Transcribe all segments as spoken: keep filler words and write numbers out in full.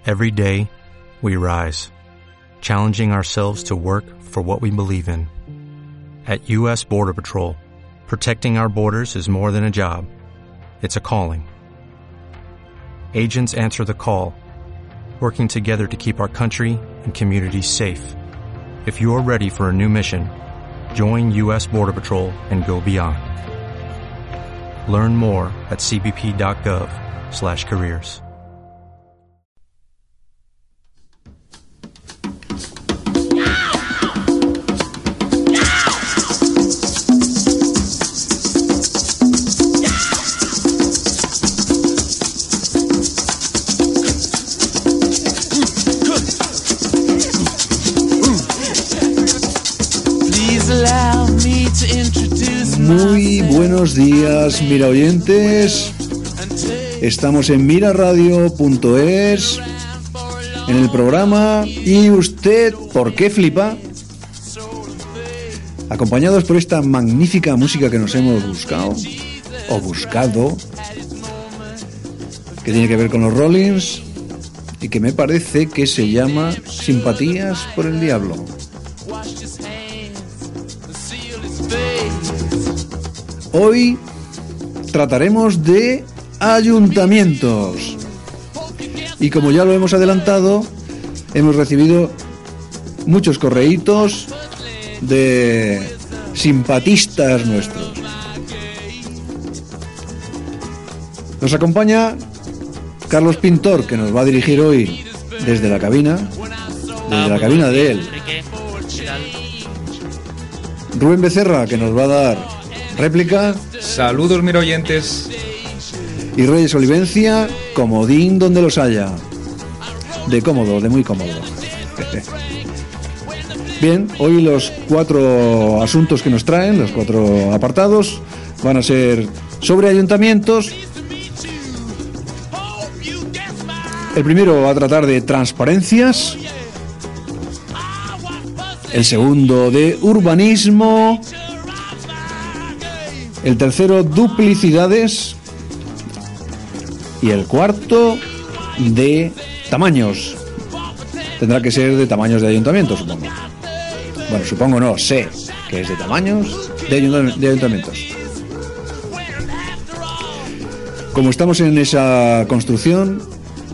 Every day, we rise, challenging ourselves to work for what we believe in. At U S Border Patrol, protecting our borders is more than a job. It's a calling. Agents answer the call, working together to keep our country and communities safe. If you are ready for a new mission, join U S Border Patrol and go beyond. Learn more at c b p dot gov slash careers. Muy buenos días, mira oyentes. Estamos en mira radio punto es, en el programa ¿Y usted por qué flipa?, acompañados por esta magnífica música que nos hemos buscado o buscado, que tiene que ver con los Rollins y que me parece que se llama Simpatías por el Diablo. Hoy trataremos de ayuntamientos y, como ya lo hemos adelantado, hemos recibido muchos correitos de simpatistas nuestros. Nos acompaña Carlos Pintor, que nos va a dirigir hoy desde la cabina, desde la cabina de él. Rubén Becerra, que nos va a dar réplica. Saludos, mira oyentes. Y Reyes Olivencia, comodín donde los haya. De cómodo, de muy cómodo. Bien, hoy los cuatro asuntos que nos traen, los cuatro apartados, van a ser sobre ayuntamientos. El primero va a tratar de transparencias. El segundo de urbanismo. El tercero, duplicidades. Y el cuarto, de tamaños. Tendrá que ser de tamaños de ayuntamientos, supongo. Bueno, supongo no, sé que es de tamaños de, ayunt- de ayuntamientos. Como estamos en esa construcción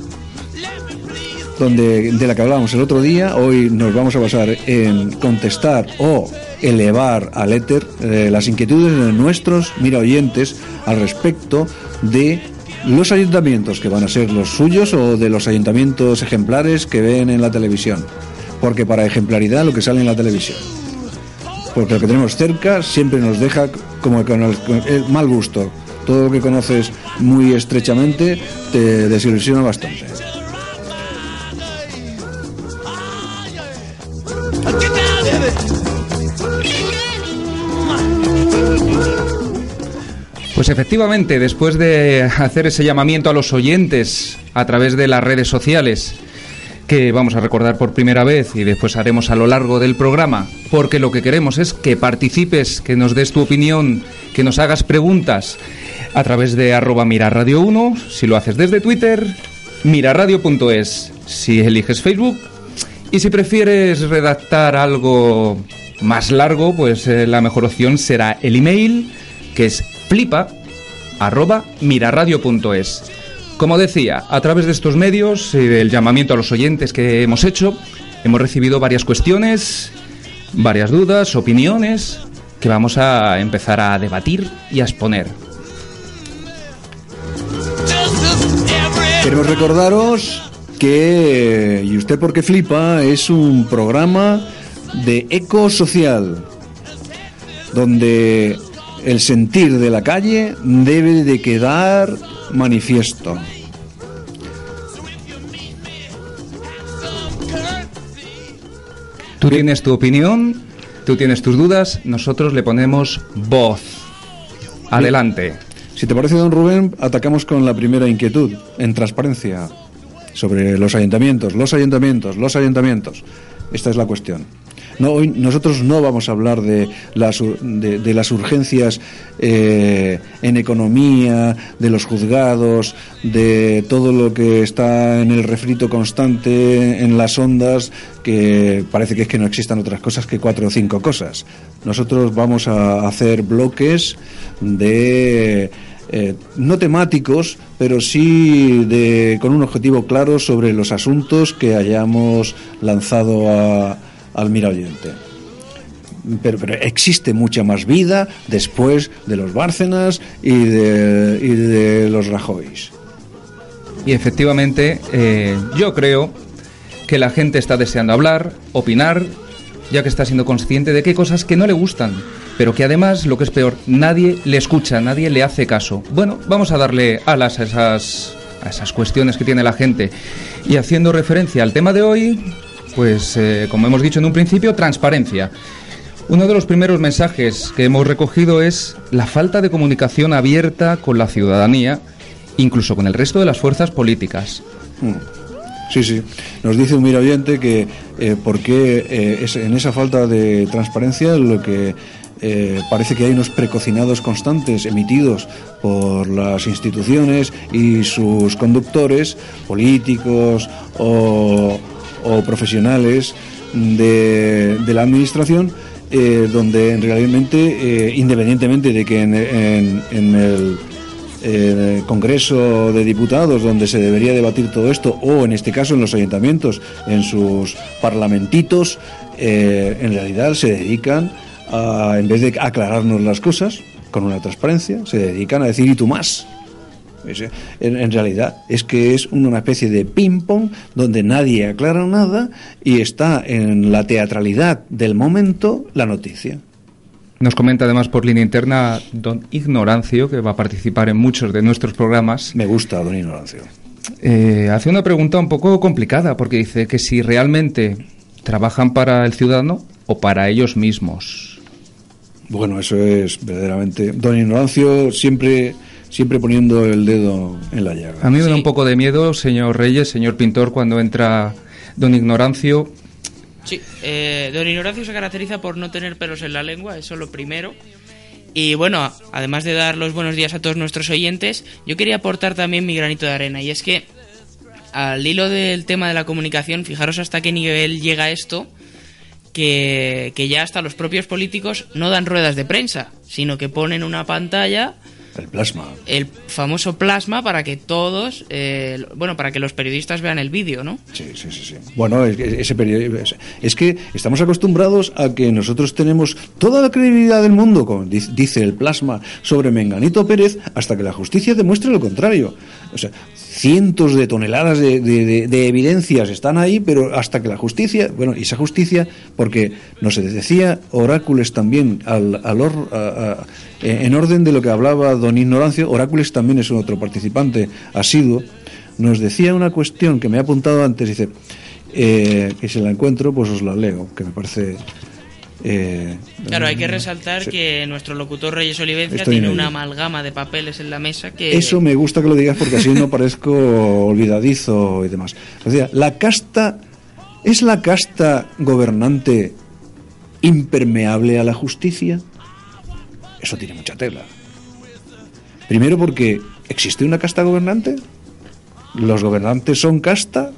donde, de la que hablábamos el otro día, hoy nos vamos a basar en contestar o elevar al éter eh, las inquietudes de nuestros mira oyentes al respecto de los ayuntamientos que van a ser los suyos o de los ayuntamientos ejemplares que ven en la televisión, porque para ejemplaridad lo que sale en la televisión, porque lo que tenemos cerca siempre nos deja como con el, con el mal gusto. Todo lo que conoces muy estrechamente te desilusiona bastante. Pues efectivamente, después de hacer ese llamamiento a los oyentes a través de las redes sociales, que vamos a recordar por primera vez y después haremos a lo largo del programa, porque lo que queremos es que participes, que nos des tu opinión, que nos hagas preguntas a través de arroba miraradio uno, si lo haces desde Twitter, miraradio punto es, si eliges Facebook, y si prefieres redactar algo más largo, pues eh, la mejor opción será el email, que es flipa arroba miraradio punto es. Como decía, a través de estos medios y del llamamiento a los oyentes que hemos hecho, hemos recibido varias cuestiones, varias dudas, opiniones, que vamos a empezar a debatir y a exponer. Queremos recordaros que ¿Y usted por qué flipa? Es un programa de eco social, donde el sentir de la calle debe de quedar manifiesto. Tú tienes tu opinión, tú tienes tus dudas, nosotros le ponemos voz. Adelante. Si te parece, don Rubén, atacamos con la primera inquietud, en transparencia, sobre los ayuntamientos, los ayuntamientos, los ayuntamientos. Esta es la cuestión. No, hoy nosotros no vamos a hablar de las, de, de las urgencias eh, en economía, de los juzgados, de todo lo que está en el refrito constante, en las ondas, que parece que es que no existan otras cosas que cuatro o cinco cosas. Nosotros vamos a hacer bloques de... Eh, no temáticos, pero sí de, con un objetivo claro sobre los asuntos que hayamos lanzado a, al Mira Oyente. Pero, pero existe mucha más vida después de los Bárcenas y de, y de los Rajoys. Y efectivamente, eh, yo creo que la gente está deseando hablar, opinar, ya que está siendo consciente de que hay cosas que no le gustan, pero que además, lo que es peor, nadie le escucha, nadie le hace caso. Bueno, vamos a darle alas a esas, a esas cuestiones que tiene la gente. Y haciendo referencia al tema de hoy, pues eh, como hemos dicho en un principio, transparencia. Uno de los primeros mensajes que hemos recogido es la falta de comunicación abierta con la ciudadanía, incluso con el resto de las fuerzas políticas. Mm. Sí, sí. Nos dice un Mira Oyente que eh, por qué eh, es, en esa falta de transparencia lo que eh, parece que hay unos precocinados constantes emitidos por las instituciones y sus conductores, políticos o, o profesionales de, de la administración, eh, donde realmente, eh, independientemente de que en, en, en el Eh, Congreso de Diputados, donde se debería debatir todo esto, o en este caso en los ayuntamientos, en sus parlamentitos, eh, en realidad se dedican a, en vez de aclararnos las cosas con una transparencia, se dedican a decir y tú más. En, en realidad es que es una especie de ping-pong donde nadie aclara nada y está en la teatralidad del momento la noticia. Nos comenta además por línea interna don Ignorancio, que va a participar en muchos de nuestros programas. Me gusta don Ignorancio. Eh, hace una pregunta un poco complicada, porque dice que si realmente trabajan para el ciudadano o para ellos mismos. Bueno, eso es verdaderamente... Don Ignorancio siempre, siempre poniendo el dedo en la llaga. A mí me da Sí. un poco de miedo, señor Reyes, señor Pintor, cuando entra don Ignorancio. Sí, eh, don Ignorancio se caracteriza por no tener pelos en la lengua, eso lo primero. Y bueno, además de dar los buenos días a todos nuestros oyentes, yo quería aportar también mi granito de arena. Y es que, al hilo del tema de la comunicación, fijaros hasta qué nivel llega esto, que, que ya hasta los propios políticos no dan ruedas de prensa, sino que ponen una pantalla... El plasma. El famoso plasma para que todos, eh, bueno, para que los periodistas vean el vídeo, ¿no? Sí, sí, sí, sí. Bueno, es, ese periodi- es, es que estamos acostumbrados a que nosotros tenemos toda la credibilidad del mundo, como dice, dice el plasma, sobre Menganito Pérez, hasta que la justicia demuestre lo contrario. O sea, cientos de toneladas de, de, de, de evidencias están ahí, pero hasta que la justicia, bueno, y esa justicia, porque nos decía Orácules también, al, al or, a, a, en orden de lo que hablaba don Ignorancio, Orácules también es otro participante asiduo, nos decía una cuestión que me he apuntado antes, dice, eh, que si la encuentro, pues os la leo, que me parece... Eh, Claro, hay que resaltar sí. que nuestro locutor Reyes Olivencia Estoy tiene en una ello. amalgama de papeles en la mesa que... Eso me gusta que lo digas porque así no parezco olvidadizo y demás. O sea, la casta, ¿es la casta gobernante impermeable a la justicia? Eso tiene mucha tela. Primero porque ¿existe una casta gobernante? ¿Los gobernantes son casta?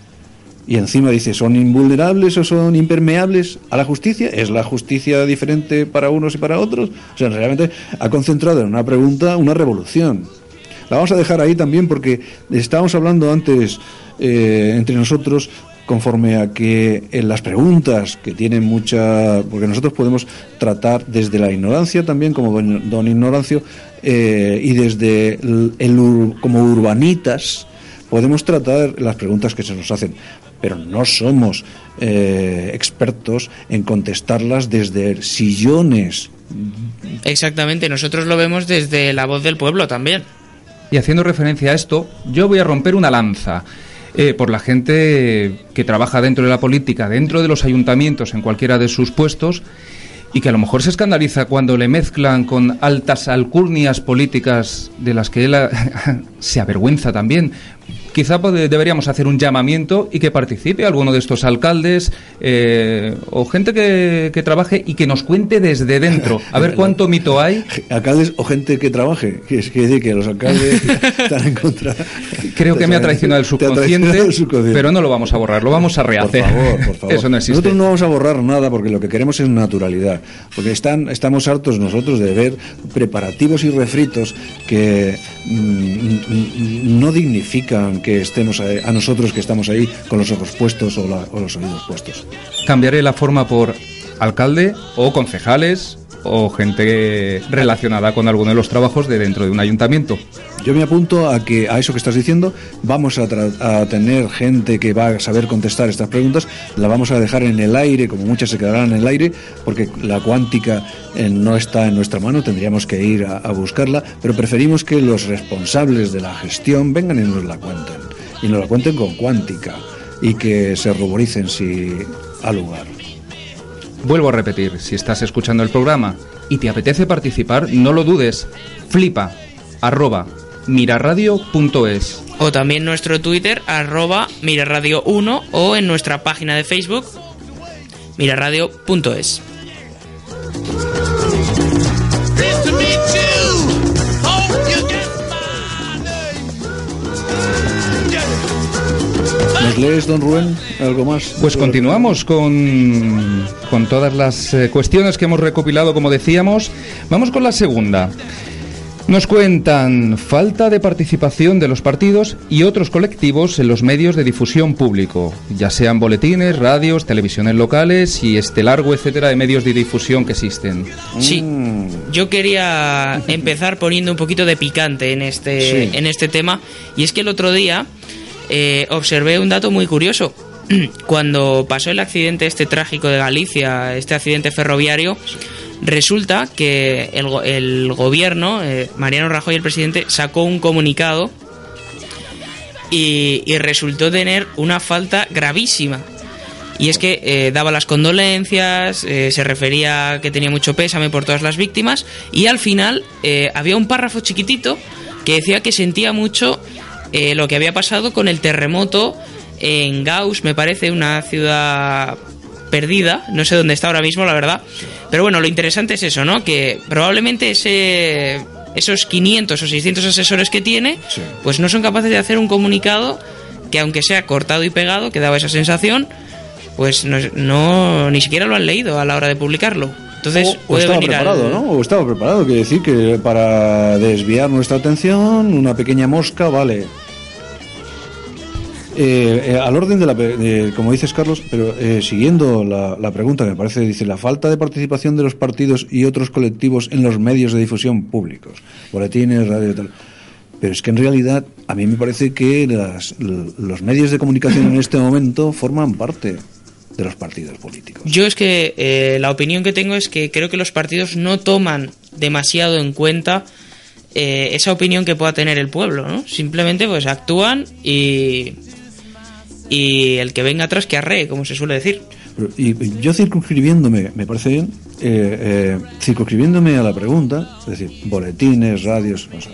Y encima dice, ¿son invulnerables o son impermeables a la justicia? ¿Es la justicia diferente para unos y para otros? O sea, realmente ha concentrado en una pregunta una revolución. La vamos a dejar ahí también porque estábamos hablando antes eh, entre nosotros conforme a que en las preguntas que tienen mucha... Porque nosotros podemos tratar desde la ignorancia también, como don, don Ignorancio, eh, y desde el, el como urbanitas podemos tratar las preguntas que se nos hacen, pero no somos eh, expertos en contestarlas desde sillones. Exactamente, nosotros lo vemos desde la voz del pueblo también. Y haciendo referencia a esto, yo voy a romper una lanza eh, por la gente que trabaja dentro de la política, dentro de los ayuntamientos, en cualquiera de sus puestos, y que a lo mejor se escandaliza cuando le mezclan con altas alcurnias políticas de las que él se avergüenza también. quizá pod- deberíamos hacer un llamamiento y que participe alguno de estos alcaldes eh, o gente que, que trabaje y que nos cuente desde dentro, a ver cuánto mito hay. Alcaldes o gente que trabaje, que es que decir que los alcaldes están en contra. Creo que me ha traicionado el subconsciente, el subconsciente, pero no lo vamos a borrar, lo vamos a rehacer. Por favor, por favor. Eso no existe. Nosotros no vamos a borrar nada porque lo que queremos es naturalidad, porque están, estamos hartos nosotros de ver preparativos y refritos que mmm, no dignifican que estemos a, a nosotros que estamos ahí con los ojos puestos o, la, o los oídos puestos. Cambiaré la forma por alcalde o concejales o gente relacionada con alguno de los trabajos de dentro de un ayuntamiento. Yo me apunto a que a eso que estás diciendo, vamos a, tra- a tener gente que va a saber contestar estas preguntas, la vamos a dejar en el aire, como muchas se quedarán en el aire, porque la cuántica eh, no está en nuestra mano, tendríamos que ir a, a buscarla, pero preferimos que los responsables de la gestión vengan y nos la cuenten, y nos la cuenten con cuántica, y que se ruboricen si ha lugar. Vuelvo a repetir, si estás escuchando el programa y te apetece participar, no lo dudes, flipa, arroba, miraradio punto es. O también nuestro Twitter, arroba miraradio uno, o en nuestra página de Facebook, miraradio punto es. ¿Nos lees, don Rubén, algo más? Pues continuamos con, con todas las eh, cuestiones que hemos recopilado, como decíamos. Vamos con la segunda. Nos cuentan falta de participación de los partidos y otros colectivos en los medios de difusión público, ya sean boletines, radios, televisiones locales y este largo etcétera de medios de difusión que existen. Sí, yo quería empezar poniendo un poquito de picante en este, sí. en este tema, y es que el otro día eh, observé un dato muy curioso. Cuando pasó el accidente este trágico de Galicia, este accidente ferroviario, resulta que el, el gobierno, eh, Mariano Rajoy, el presidente, sacó un comunicado y, y resultó tener una falta gravísima. Y es que eh, daba las condolencias, eh, se refería a que tenía mucho pésame por todas las víctimas, y al final eh, había un párrafo chiquitito que decía que sentía mucho eh, lo que había pasado con el terremoto en Gauss, me parece, una ciudad perdida, no sé dónde está ahora mismo, la verdad. Pero bueno, lo interesante es eso, ¿no? Que probablemente ese, esos quinientos o seiscientos asesores que tiene, sí, pues no son capaces de hacer un comunicado que, aunque sea cortado y pegado, que daba esa sensación, pues no, no ni siquiera lo han leído a la hora de publicarlo. Entonces, o, o estaba preparado, al... ¿no? O estaba preparado, quiere decir que para desviar nuestra atención, una pequeña mosca, vale. Eh, eh, al orden de la, de, como dices, Carlos, pero eh, siguiendo la, la pregunta que me parece, dice, la falta de participación de los partidos y otros colectivos en los medios de difusión públicos, boletines, radio y tal. Pero es que en realidad a mí me parece que las, los medios de comunicación en este momento forman parte de los partidos políticos. Yo es que eh, la opinión que tengo es que creo que los partidos no toman demasiado en cuenta eh, esa opinión que pueda tener el pueblo, ¿no? Simplemente pues actúan y... y el que venga atrás que arree, como se suele decir. Pero, y yo circunscribiéndome, me parece bien, eh, eh, circunscribiéndome a la pregunta, es decir, boletines, radios, o sea,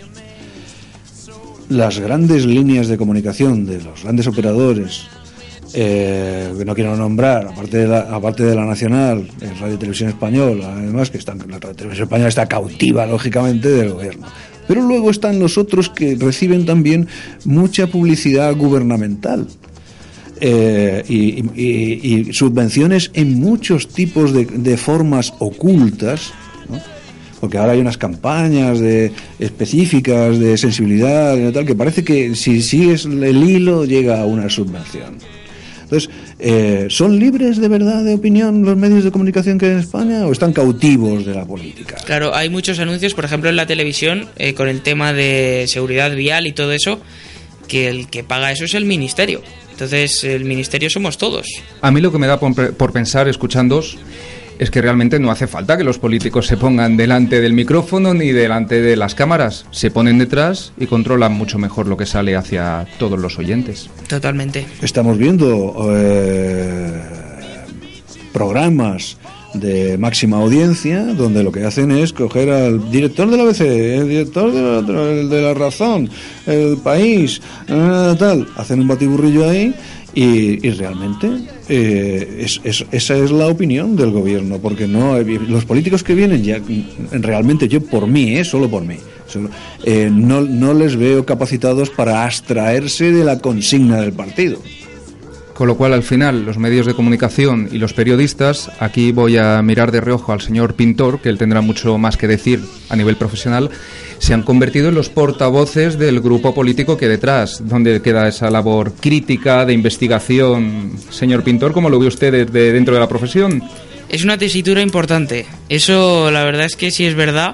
las grandes líneas de comunicación de los grandes operadores, eh, que no quiero nombrar, aparte de la, aparte de la nacional, en Radio y Televisión Española, además que están, la Televisión Española está cautiva, lógicamente, del gobierno. Pero luego están los otros que reciben también mucha publicidad gubernamental. Eh, y, y, y subvenciones en muchos tipos de, de formas ocultas, ¿no? Porque ahora hay unas campañas de, específicas de sensibilidad y tal, que parece que si sigues el hilo llega a una subvención. Entonces, eh, ¿son libres de verdad de opinión los medios de comunicación que hay en España o están cautivos de la política? Claro, hay muchos anuncios, por ejemplo, en la televisión, eh, con el tema de seguridad vial y todo eso, que el que paga eso es el ministerio. Entonces, el ministerio somos todos. A mí lo que me da por, por pensar, escuchándoos, es que realmente no hace falta que los políticos se pongan delante del micrófono ni delante de las cámaras. Se ponen detrás y controlan mucho mejor lo que sale hacia todos los oyentes. Totalmente. Estamos viendo eh, programas de máxima audiencia, donde lo que hacen es coger al director de la A B C, el director de la, de la Razón, el País, eh, tal, hacen un batiburrillo ahí. Y, y realmente eh, es, es, esa es la opinión del gobierno, porque no los políticos que vienen ya realmente, yo por mí, eh, solo por mí, solo, eh, no, no les veo capacitados para abstraerse de la consigna del partido. Con lo cual, al final, los medios de comunicación y los periodistas, aquí voy a mirar de reojo al señor Pintor, que él tendrá mucho más que decir a nivel profesional, se han convertido en los portavoces del grupo político que detrás, donde queda esa labor crítica, de investigación. Señor Pintor, ¿cómo lo ve usted desde dentro de la profesión? Es una tesitura importante. Eso, la verdad es que sí es verdad,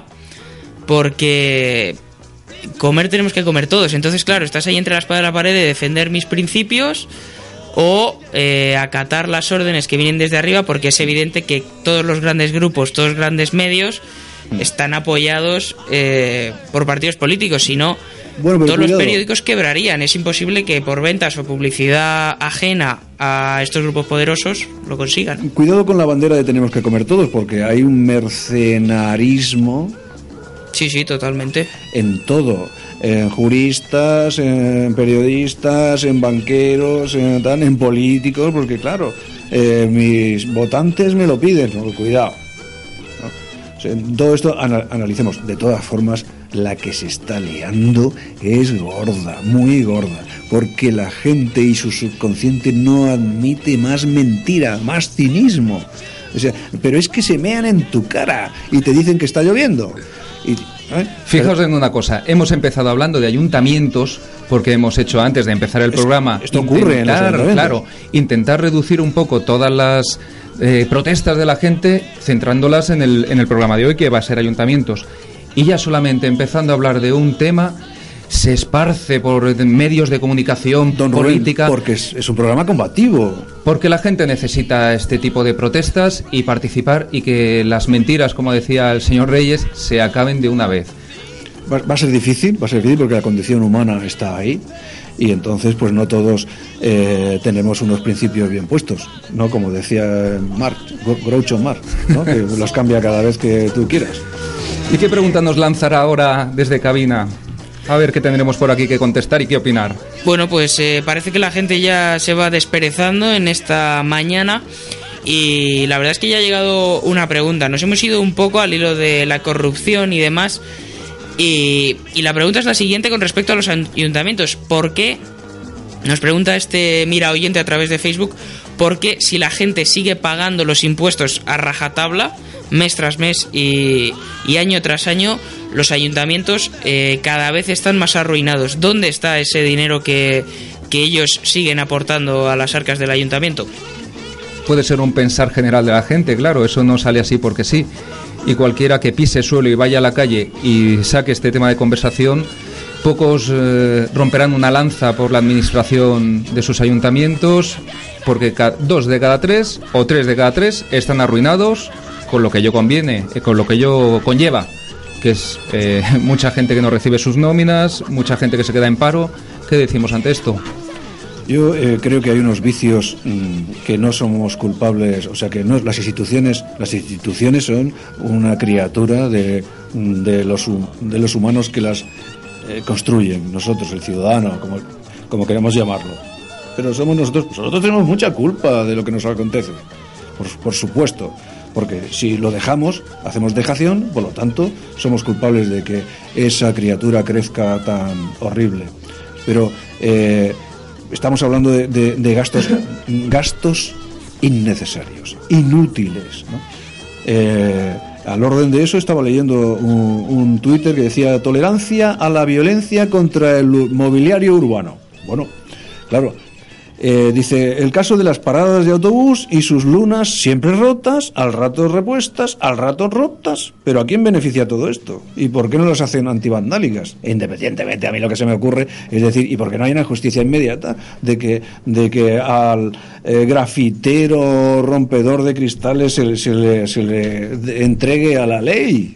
porque comer tenemos que comer todos. Entonces, claro, estás ahí entre la espada y la pared de defender mis principios o eh, acatar las órdenes que vienen desde arriba, porque es evidente que todos los grandes grupos, todos los grandes medios están apoyados eh, por partidos políticos, si no, bueno, todos cuidado. Los periódicos quebrarían. Es imposible que por ventas o publicidad ajena a estos grupos poderosos lo consigan. Cuidado con la bandera de tenemos que comer todos, porque hay un mercenarismo. Sí, sí, totalmente. En todo. En juristas, en periodistas, en banqueros, en, tal, en políticos, porque claro, eh, mis votantes me lo piden, ¿no? Cuidado. ¿No? O sea, todo esto anal- analicemos. De todas formas, la que se está liando es gorda, muy gorda, porque la gente y su subconsciente no admite más mentira, más cinismo. O sea, pero es que se mean en tu cara y te dicen que está lloviendo. Y, ¿eh? Fijaos en una cosa, hemos empezado hablando de ayuntamientos porque hemos hecho antes de empezar el programa esto ocurre en los ayuntamientos. Claro, intentar reducir un poco todas las eh, protestas de la gente, centrándolas en el, en el programa de hoy, que va a ser ayuntamientos. Y ya solamente empezando a hablar de un tema, se esparce por medios de comunicación, Don política... Rubén, porque es, es un programa combativo. Porque la gente necesita este tipo de protestas y participar, y que las mentiras, como decía el señor Reyes, se acaben de una vez. Va, va a ser difícil, va a ser difícil porque la condición humana está ahí, y entonces pues no todos eh, tenemos unos principios bien puestos, ¿no? Como decía Marx, Groucho Marx, ¿no? Que los cambia cada vez que tú quieras. ¿Y qué pregunta nos lanzará ahora desde cabina? A ver qué tendremos por aquí que contestar y qué opinar. Bueno, pues eh, parece que la gente ya se va desperezando en esta mañana, y la verdad es que ya ha llegado una pregunta. Nos hemos ido un poco al hilo de la corrupción y demás, y, y la pregunta es la siguiente con respecto a los ayuntamientos. ¿Por qué? Nos pregunta este mira oyente a través de Facebook, ¿por qué si la gente sigue pagando los impuestos a rajatabla, mes tras mes y, y año tras año, los ayuntamientos eh, cada vez están más arruinados? ¿Dónde está ese dinero que, que ellos siguen aportando a las arcas del ayuntamiento? Puede ser un pensar general de la gente, claro, eso no sale así porque sí. Y cualquiera que pise suelo y vaya a la calle y saque este tema de conversación, pocos eh, romperán una lanza por la administración de sus ayuntamientos, porque ca- dos de cada tres o tres de cada tres están arruinados con lo que ello conviene, eh, con lo que ello conlleva, que es eh, mucha gente que no recibe sus nóminas, mucha gente que se queda en paro. ¿Qué decimos ante esto? Yo eh, creo que hay unos vicios mmm, que no somos culpables, o sea que no, las instituciones, las instituciones son una criatura de, de los de los humanos que las eh, construyen, nosotros, el ciudadano, como como queramos llamarlo. Pero somos nosotros, nosotros tenemos mucha culpa de lo que nos acontece, por, por supuesto. Porque si lo dejamos, hacemos dejación, por lo tanto, somos culpables de que esa criatura crezca tan horrible. Pero eh, estamos hablando de, de, de gastos, gastos innecesarios, inútiles, ¿no? Eh, al orden de eso estaba leyendo un, un Twitter que decía: tolerancia a la violencia contra el mobiliario urbano. Bueno, claro. Eh, dice, el caso de las paradas de autobús y sus lunas siempre rotas, al rato repuestas, al rato rotas. Pero ¿a quién beneficia todo esto? ¿Y por qué no las hacen antivandálicas? Independientemente, a mí lo que se me ocurre es decir, ¿y por qué no hay una justicia inmediata de que, de que al eh, grafitero rompedor de cristales se, se, le, se le entregue a la ley?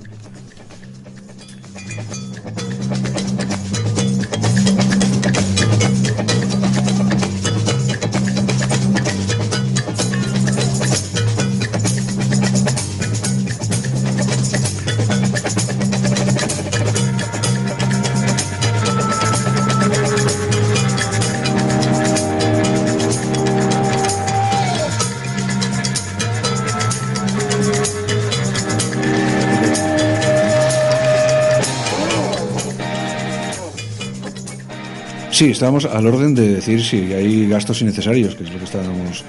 sí, estábamos al orden de decir si hay gastos innecesarios, que es lo que estábamos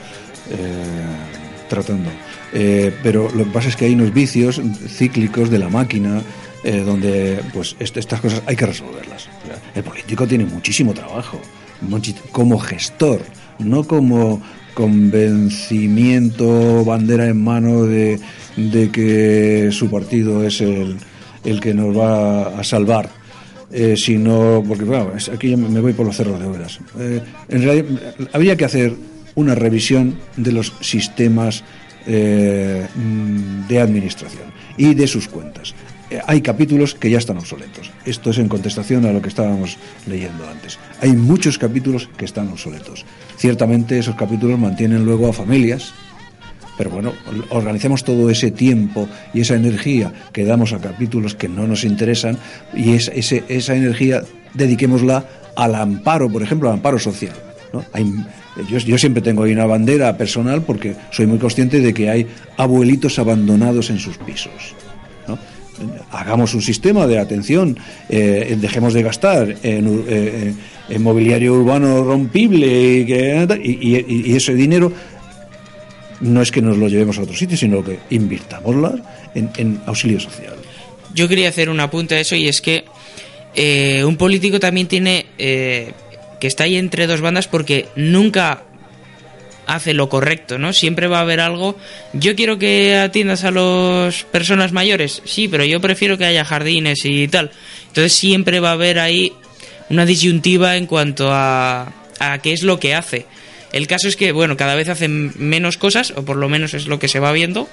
eh, tratando. Eh, pero lo que pasa es que hay unos vicios cíclicos de la máquina eh, donde pues est- estas cosas hay que resolverlas. O sea, el político tiene muchísimo trabajo muchi- como gestor, no como convencimiento, bandera en mano de, de que su partido es el, el que nos va a salvar, eh, sino porque claro, aquí ya me voy por los cerros de Úbeda. Eh, en realidad habría que hacer una revisión de los sistemas eh, de administración y de sus cuentas. Eh, hay capítulos que ya están obsoletos. Esto es en contestación a lo que estábamos leyendo antes. Hay muchos capítulos que están obsoletos. Ciertamente esos capítulos mantienen luego a familias, pero bueno, organicemos todo ese tiempo y esa energía que damos a capítulos que no nos interesan y es, ese, esa energía dediquémosla al amparo, por ejemplo, al amparo social, ¿no? Hay, yo, yo siempre tengo ahí una bandera personal porque soy muy consciente de que hay abuelitos abandonados en sus pisos, ¿no? Hagamos un sistema de atención, eh, dejemos de gastar en, eh, en mobiliario urbano rompible y, que, y, y, y ese dinero no es que nos lo llevemos a otro sitio, sino que invirtámoslo en, en auxilio social. Yo quería hacer un apunte a eso, y es que eh, un político también tiene eh, que está ahí entre dos bandas porque nunca hace lo correcto, ¿no? Siempre va a haber algo. Yo quiero que atiendas a las personas mayores, sí, pero yo prefiero que haya jardines y tal. Entonces siempre va a haber ahí una disyuntiva en cuanto a, a qué es lo que hace. El caso es que, bueno, cada vez hacen menos cosas, o por lo menos es lo que se va viendo,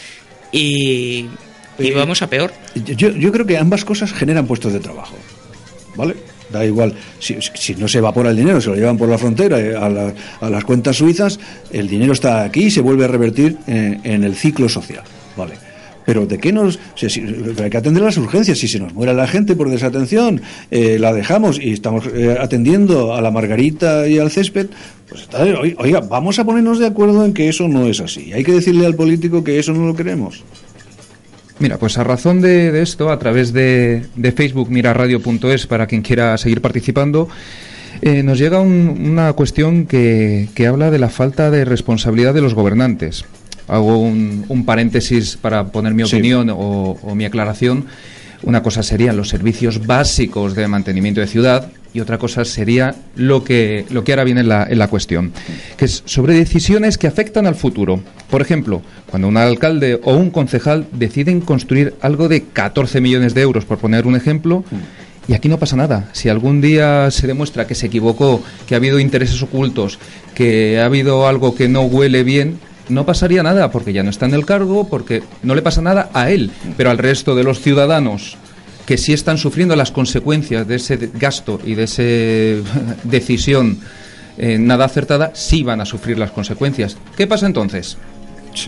y, y vamos a peor. Yo, yo creo que ambas cosas generan puestos de trabajo, ¿vale? Da igual, si, si no se evapora el dinero, se lo llevan por la frontera a, la, a las cuentas suizas, el dinero está aquí y se vuelve a revertir en, en el ciclo social, ¿vale? Pero ¿de qué nos...? O sea, si, hay que atender las urgencias. Si se nos muere la gente por desatención, eh, la dejamos y estamos eh, atendiendo a la margarita y al césped, pues está, oiga, vamos a ponernos de acuerdo en que eso no es así. Hay que decirle al político que eso no lo queremos. Mira, pues a razón de, de esto, a través de, de Facebook, miraradio punto es, para quien quiera seguir participando, eh, nos llega un, una cuestión que, que habla de la falta de responsabilidad de los gobernantes. Hago un, un paréntesis para poner mi opinión, sí, o, o mi aclaración. Una cosa serían los servicios básicos de mantenimiento de ciudad y otra cosa sería lo que, lo que ahora viene en la, en la cuestión, que es sobre decisiones que afectan al futuro. Por ejemplo, cuando un alcalde o un concejal deciden construir algo de catorce millones de euros, por poner un ejemplo, y aquí no pasa nada. Si algún día se demuestra que se equivocó, que ha habido intereses ocultos, que ha habido algo que no huele bien, no pasaría nada, porque ya no está en el cargo, porque no le pasa nada a él, pero al resto de los ciudadanos que sí están sufriendo las consecuencias de ese gasto y de esa decisión eh, nada acertada, sí van a sufrir las consecuencias. ¿Qué pasa entonces? Sí.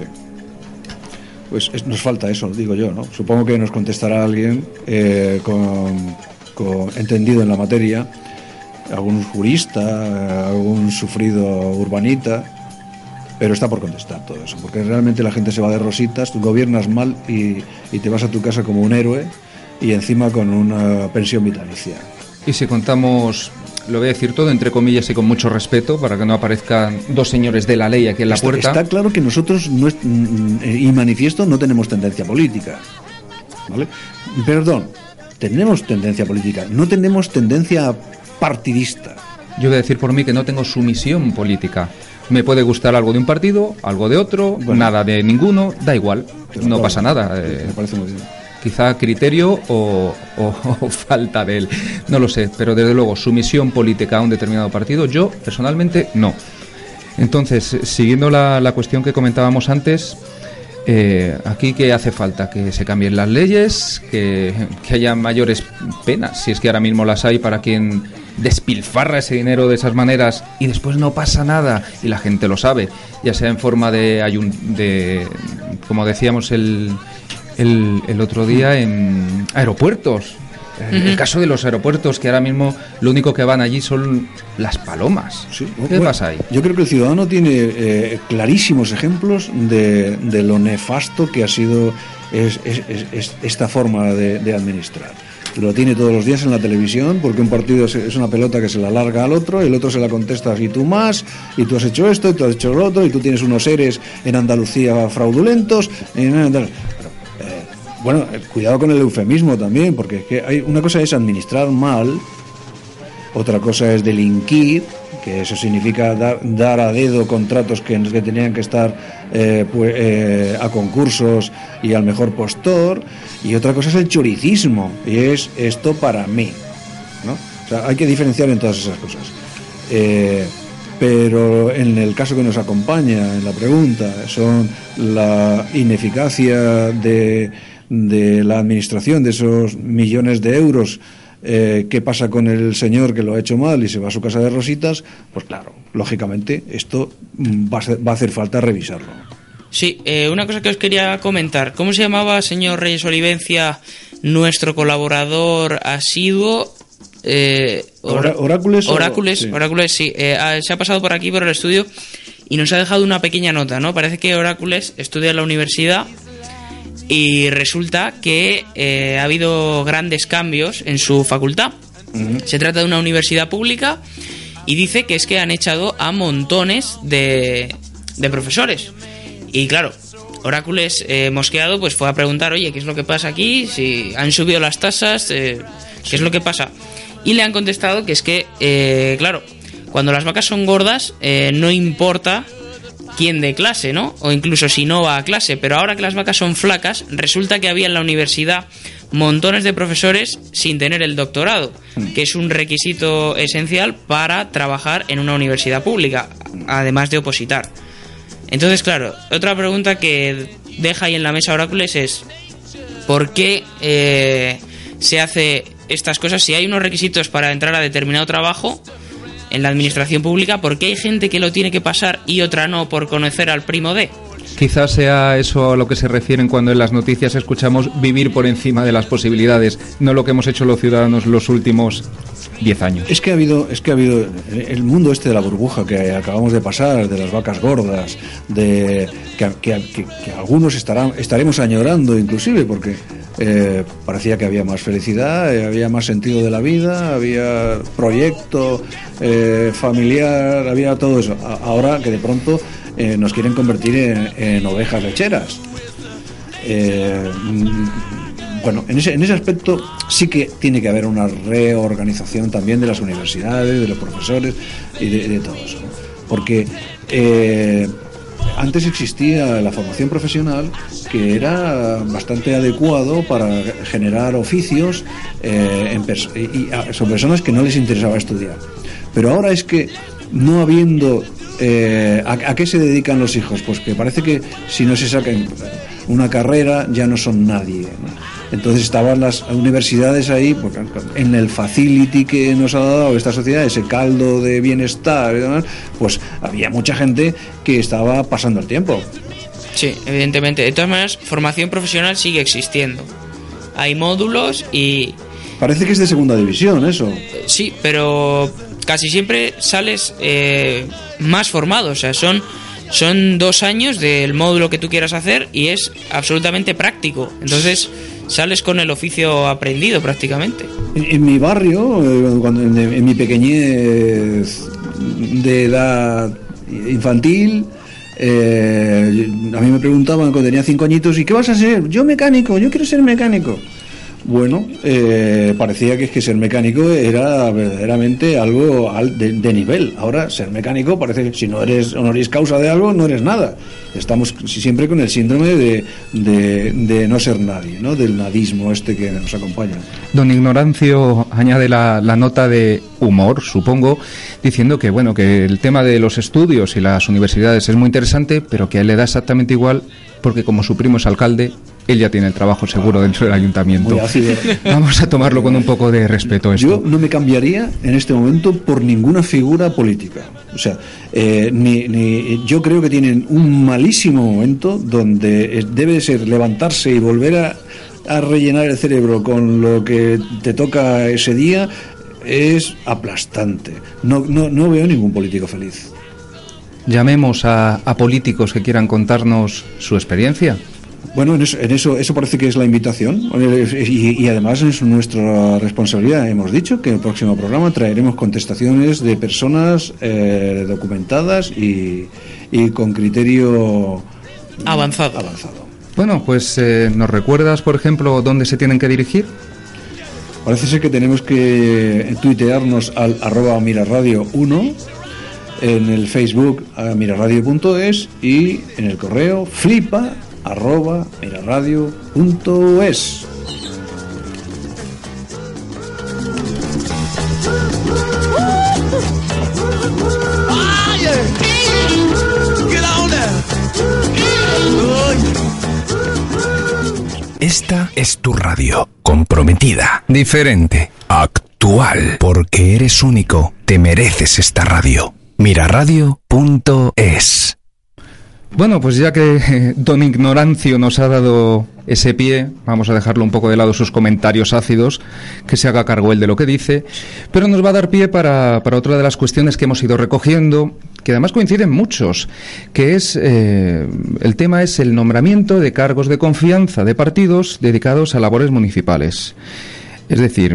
Pues es, nos falta eso, digo yo, ¿no? Supongo que nos contestará alguien eh, con, con entendido en la materia, algún jurista, algún sufrido urbanita. Pero está por contestar todo eso, porque realmente la gente se va de rositas, tú gobiernas mal y, y te vas a tu casa como un héroe y encima con una pensión vitalicia. Y si contamos, lo voy a decir todo entre comillas y con mucho respeto, para que no aparezcan dos señores de la ley aquí en la está, puerta. Está claro que nosotros, no es, y manifiesto, no tenemos tendencia política, ¿vale? Perdón, tenemos tendencia política, no tenemos tendencia partidista. Yo voy a decir por mí que no tengo sumisión política. Me puede gustar algo de un partido, algo de otro, bueno, nada de ninguno, da igual, no pasa nada. Eh, me parece muy bien. Quizá criterio o, o, o falta de él, no lo sé, pero desde luego sumisión política a un determinado partido, yo personalmente no. Entonces, siguiendo la, la cuestión que comentábamos antes, eh, aquí ¿qué hace falta? Que se cambien las leyes, que, que haya mayores penas, si es que ahora mismo las hay, para quien despilfarra ese dinero de esas maneras y después no pasa nada y la gente lo sabe, ya sea en forma de, ayun- de como decíamos el, el, el otro día, en aeropuertos. El, uh-huh. el caso de los aeropuertos, que ahora mismo lo único que van allí son las palomas. Sí, ¿Qué bueno, pasa ahí? Yo creo que el ciudadano tiene eh, clarísimos ejemplos de, de lo nefasto que ha sido es, es, es, es esta forma de, de administrar. lo tiene todos los días en la televisión, porque un partido es, es una pelota que se la larga al otro, y el otro se la contesta y tú más, y tú has hecho esto, y tú has hecho lo otro, y tú tienes unos seres en Andalucía fraudulentos. Y, eh, bueno, cuidado con el eufemismo también, porque es que hay, una cosa es administrar mal, otra cosa es delinquir, que eso significa dar, dar a dedo contratos que, que tenían que estar eh, pues, eh, a concursos y al mejor postor, y otra cosa es el choricismo, y es esto para mí, ¿no? O sea, hay que diferenciar en todas esas cosas. Eh, pero en el caso que nos acompaña en la pregunta, son la ineficacia de, de la administración de esos millones de euros. Eh, ¿Qué pasa con el señor que lo ha hecho mal y se va a su casa de rositas? Pues claro, lógicamente esto va a, ser, va a hacer falta revisarlo. Sí, eh, una cosa que os quería comentar. ¿Cómo se llamaba, señor Reyes Olivencia, nuestro colaborador asiduo? Eh, Ora, Orácules. Orácules, sí. Orácules, sí. Eh, se ha pasado por aquí, por el estudio, y nos ha dejado una pequeña nota, ¿no? Parece que Orácules estudia en la universidad y resulta que eh, ha habido grandes cambios en su facultad. Uh-huh. Se trata de una universidad pública y dice que es que han echado a montones de, de profesores. Y claro, Orácules eh, mosqueado pues fue a preguntar, oye, ¿qué es lo que pasa aquí? Si han subido las tasas, eh, ¿qué es lo que pasa? Y le han contestado que es que, eh, claro, cuando las vacas son gordas, eh, no importa quién de clase, ¿no? O incluso si no va a clase, pero ahora que las vacas son flacas, resulta que había en la universidad montones de profesores sin tener el doctorado, que es un requisito esencial para trabajar en una universidad pública, además de opositar. Entonces, claro, otra pregunta que deja ahí en la mesa Orácules es ¿por qué eh, se hace estas cosas? Si hay unos requisitos para entrar a determinado trabajo en la administración pública, ¿por qué hay gente que lo tiene que pasar y otra no por conocer al primo de? Quizás sea eso a lo que se refieren cuando en las noticias escuchamos vivir por encima de las posibilidades, no lo que hemos hecho los ciudadanos los últimos diez años. Es que ha habido, es que ha habido el mundo este de la burbuja que acabamos de pasar, de las vacas gordas, de que, que, que, que algunos estarán, estaremos añorando inclusive, porque eh, parecía que había más felicidad, eh, había más sentido de la vida, había proyecto eh, familiar, había todo eso. A, ahora que de pronto eh, nos quieren convertir en, en ovejas lecheras. Eh, Bueno, en ese, en ese aspecto sí que tiene que haber una reorganización también de las universidades, de los profesores y de, de todo eso, ¿no? Porque eh, antes existía la formación profesional que era bastante adecuado para generar oficios eh, en pers- y a, son personas que no les interesaba estudiar. Pero ahora es que no habiendo... Eh, ¿a, ¿A qué se dedican los hijos? Pues que parece que si no se sacan una carrera ya no son nadie, ¿no? Entonces estaban las universidades ahí, porque en el facility que nos ha dado esta sociedad, ese caldo de bienestar y demás, pues había mucha gente que estaba pasando el tiempo. Sí, evidentemente. De todas maneras, formación profesional sigue existiendo. Hay módulos y... Parece que es de segunda división eso. Sí, pero casi siempre sales eh, más formado, o sea, son... Son dos años del módulo que tú quieras hacer y es absolutamente práctico. Entonces sales con el oficio aprendido prácticamente. En, en mi barrio, cuando, en, en mi pequeñez de edad infantil, eh, a mí me preguntaban cuando tenía cinco añitos, ¿y qué vas a ser? Yo mecánico, yo quiero ser mecánico. Bueno, eh, parecía que es que ser mecánico era verdaderamente algo de, de nivel. Ahora, ser mecánico parece que si no eres honoris causa de algo, no eres nada. Estamos siempre con el síndrome de, de, de no ser nadie, ¿no? Del nadismo este que nos acompaña. Don Ignorancio añade la, la nota de humor, supongo, diciendo que, bueno, que el tema de los estudios y las universidades es muy interesante, pero que a él le da exactamente igual, porque como su primo es alcalde, él ya tiene el trabajo seguro dentro del ayuntamiento. Muy ácido. Vamos a tomarlo con un poco de respeto esto. Yo no me cambiaría en este momento por ninguna figura política. O sea, eh, ni, ni yo creo que tienen un malísimo momento donde debe ser levantarse y volver a, a rellenar el cerebro con lo que te toca ese día. Es aplastante. No, no, no veo ningún político feliz. Llamemos a, a políticos que quieran contarnos su experiencia. Bueno, en eso, en eso, eso parece que es la invitación y, y además es nuestra responsabilidad. Hemos dicho que en el próximo programa traeremos contestaciones de personas eh, documentadas y, y con criterio avanzado. avanzado. Bueno, pues eh, ¿nos recuerdas, por ejemplo, dónde se tienen que dirigir? Parece ser que tenemos que tuitearnos al arroba miraradio uno, en el Facebook a miraradio punto es y en el correo flipa arroba miraradio punto es. Esta es tu radio, comprometida, diferente, actual, porque eres único, te mereces esta radio. miraradio punto es. Bueno, pues ya que eh, don Ignorancio nos ha dado ese pie, vamos a dejarlo un poco de lado sus comentarios ácidos, que se haga cargo él de lo que dice, pero nos va a dar pie para, para otra de las cuestiones que hemos ido recogiendo, que además coinciden muchos, que es, eh, el tema es el nombramiento de cargos de confianza de partidos dedicados a labores municipales. Es decir,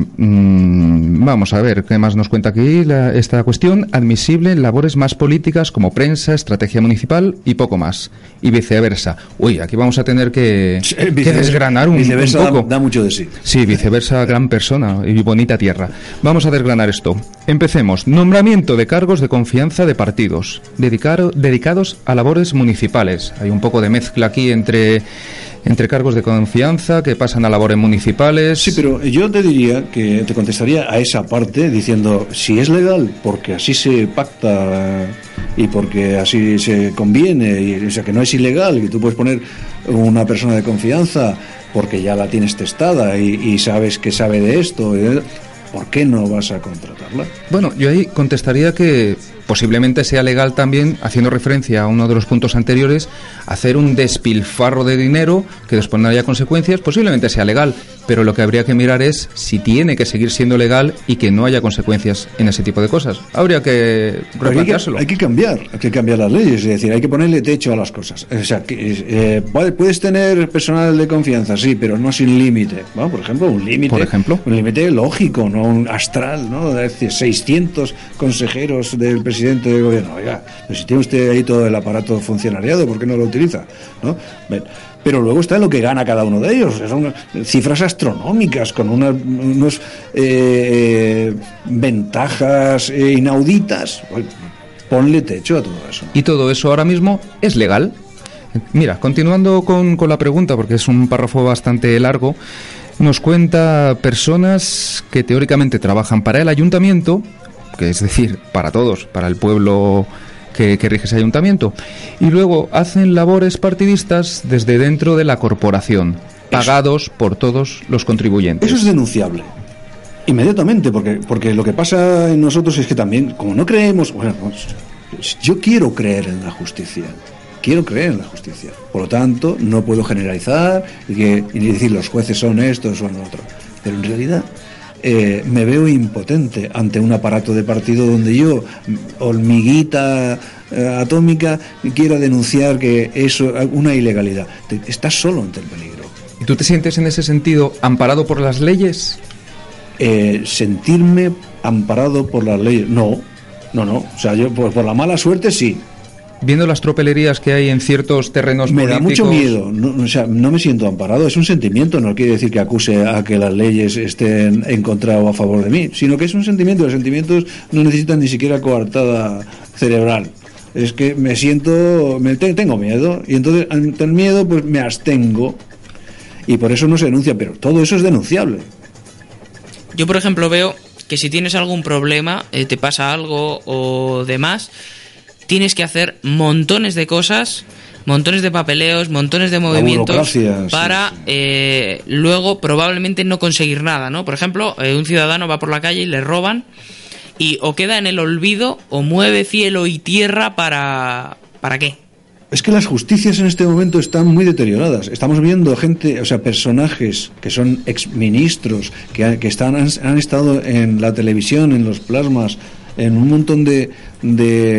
mmm, vamos a ver qué más nos cuenta aquí la, esta cuestión, admisible en labores más políticas como prensa, estrategia municipal y poco más, y viceversa. Uy, aquí vamos a tener que, que desgranar un, viceversa un poco. Da, da mucho de sí. Sí, viceversa, gran persona y bonita tierra. Vamos a desgranar esto. Empecemos. Nombramiento de cargos de confianza de partidos dedicado, dedicados a labores municipales. Hay un poco de mezcla aquí entre... entre cargos de confianza que pasan a labores municipales. Sí, pero yo te diría que te contestaría a esa parte diciendo si es legal, porque así se pacta y porque así se conviene, y, o sea, que no es ilegal, que tú puedes poner una persona de confianza porque ya la tienes testada y, y sabes que sabe de esto, ¿por qué no vas a contratarla? Bueno, yo ahí contestaría que posiblemente sea legal también, haciendo referencia a uno de los puntos anteriores, hacer un despilfarro de dinero que después no haya consecuencias, posiblemente sea legal, pero lo que habría que mirar es si tiene que seguir siendo legal y que no haya consecuencias en ese tipo de cosas. Habría que replanteárselo. Hay que, hay que cambiar, hay que cambiar las leyes, es decir, hay que ponerle techo a las cosas. O sea, que, eh, puedes tener personal de confianza, sí, pero no sin límite. Bueno, por ejemplo, un límite. Por ejemplo. Un límite lógico, no un astral, ¿no? Es decir, seiscientos consejeros del presidente del gobierno. Oiga, pero si tiene usted ahí todo el aparato funcionariado, ¿por qué no lo utiliza? ¿No? Ven. Pero luego está lo que gana cada uno de ellos. Son cifras astronómicas, con unas unos, eh, ventajas eh, inauditas. Ponle techo a todo eso. Y todo eso ahora mismo es legal. Mira, continuando con, con la pregunta, porque es un párrafo bastante largo, nos cuenta personas que teóricamente trabajan para el ayuntamiento, que es decir, para todos, para el pueblo que, que rige ese ayuntamiento, y luego hacen labores partidistas desde dentro de la corporación, pagados eso. por todos los contribuyentes. Eso es denunciable inmediatamente, porque, porque lo que pasa en nosotros es que también, como no creemos, bueno, pues, yo quiero creer en la justicia, quiero creer en la justicia, por lo tanto no puedo generalizar y, que, y decir los jueces son estos o son otros, pero en realidad Eh, me veo impotente ante un aparato de partido donde yo, hormiguita eh, atómica, quiero denunciar que eso es una ilegalidad. Te, estás solo ante el peligro. ¿Y tú te sientes en ese sentido amparado por las leyes? Eh, sentirme amparado por las leyes, no, no, no. O sea, yo pues, por la mala suerte sí. Viendo las tropelerías que hay en ciertos terrenos me políticos... da mucho miedo, no, o sea, no me siento amparado, es un sentimiento, no quiere decir que acuse a que las leyes estén en contra o a favor de mí, sino que es un sentimiento, los sentimientos no necesitan ni siquiera coartada cerebral, es que me siento, me te, tengo miedo, y entonces ante el miedo pues me abstengo, y por eso no se denuncia, pero todo eso es denunciable. Yo, por ejemplo, veo que si tienes algún problema, eh, te pasa algo o demás, tienes que hacer montones de cosas, montones de papeleos, montones de movimientos para sí, sí. Eh, luego probablemente no conseguir nada, ¿no? Por ejemplo, eh, un ciudadano va por la calle y le roban y o queda en el olvido o mueve cielo y tierra para... ¿para qué? Es que las justicias en este momento están muy deterioradas. Estamos viendo gente, o sea, personajes que son exministros, que, que están, han, han estado en la televisión, en los plasmas, en un montón de, de,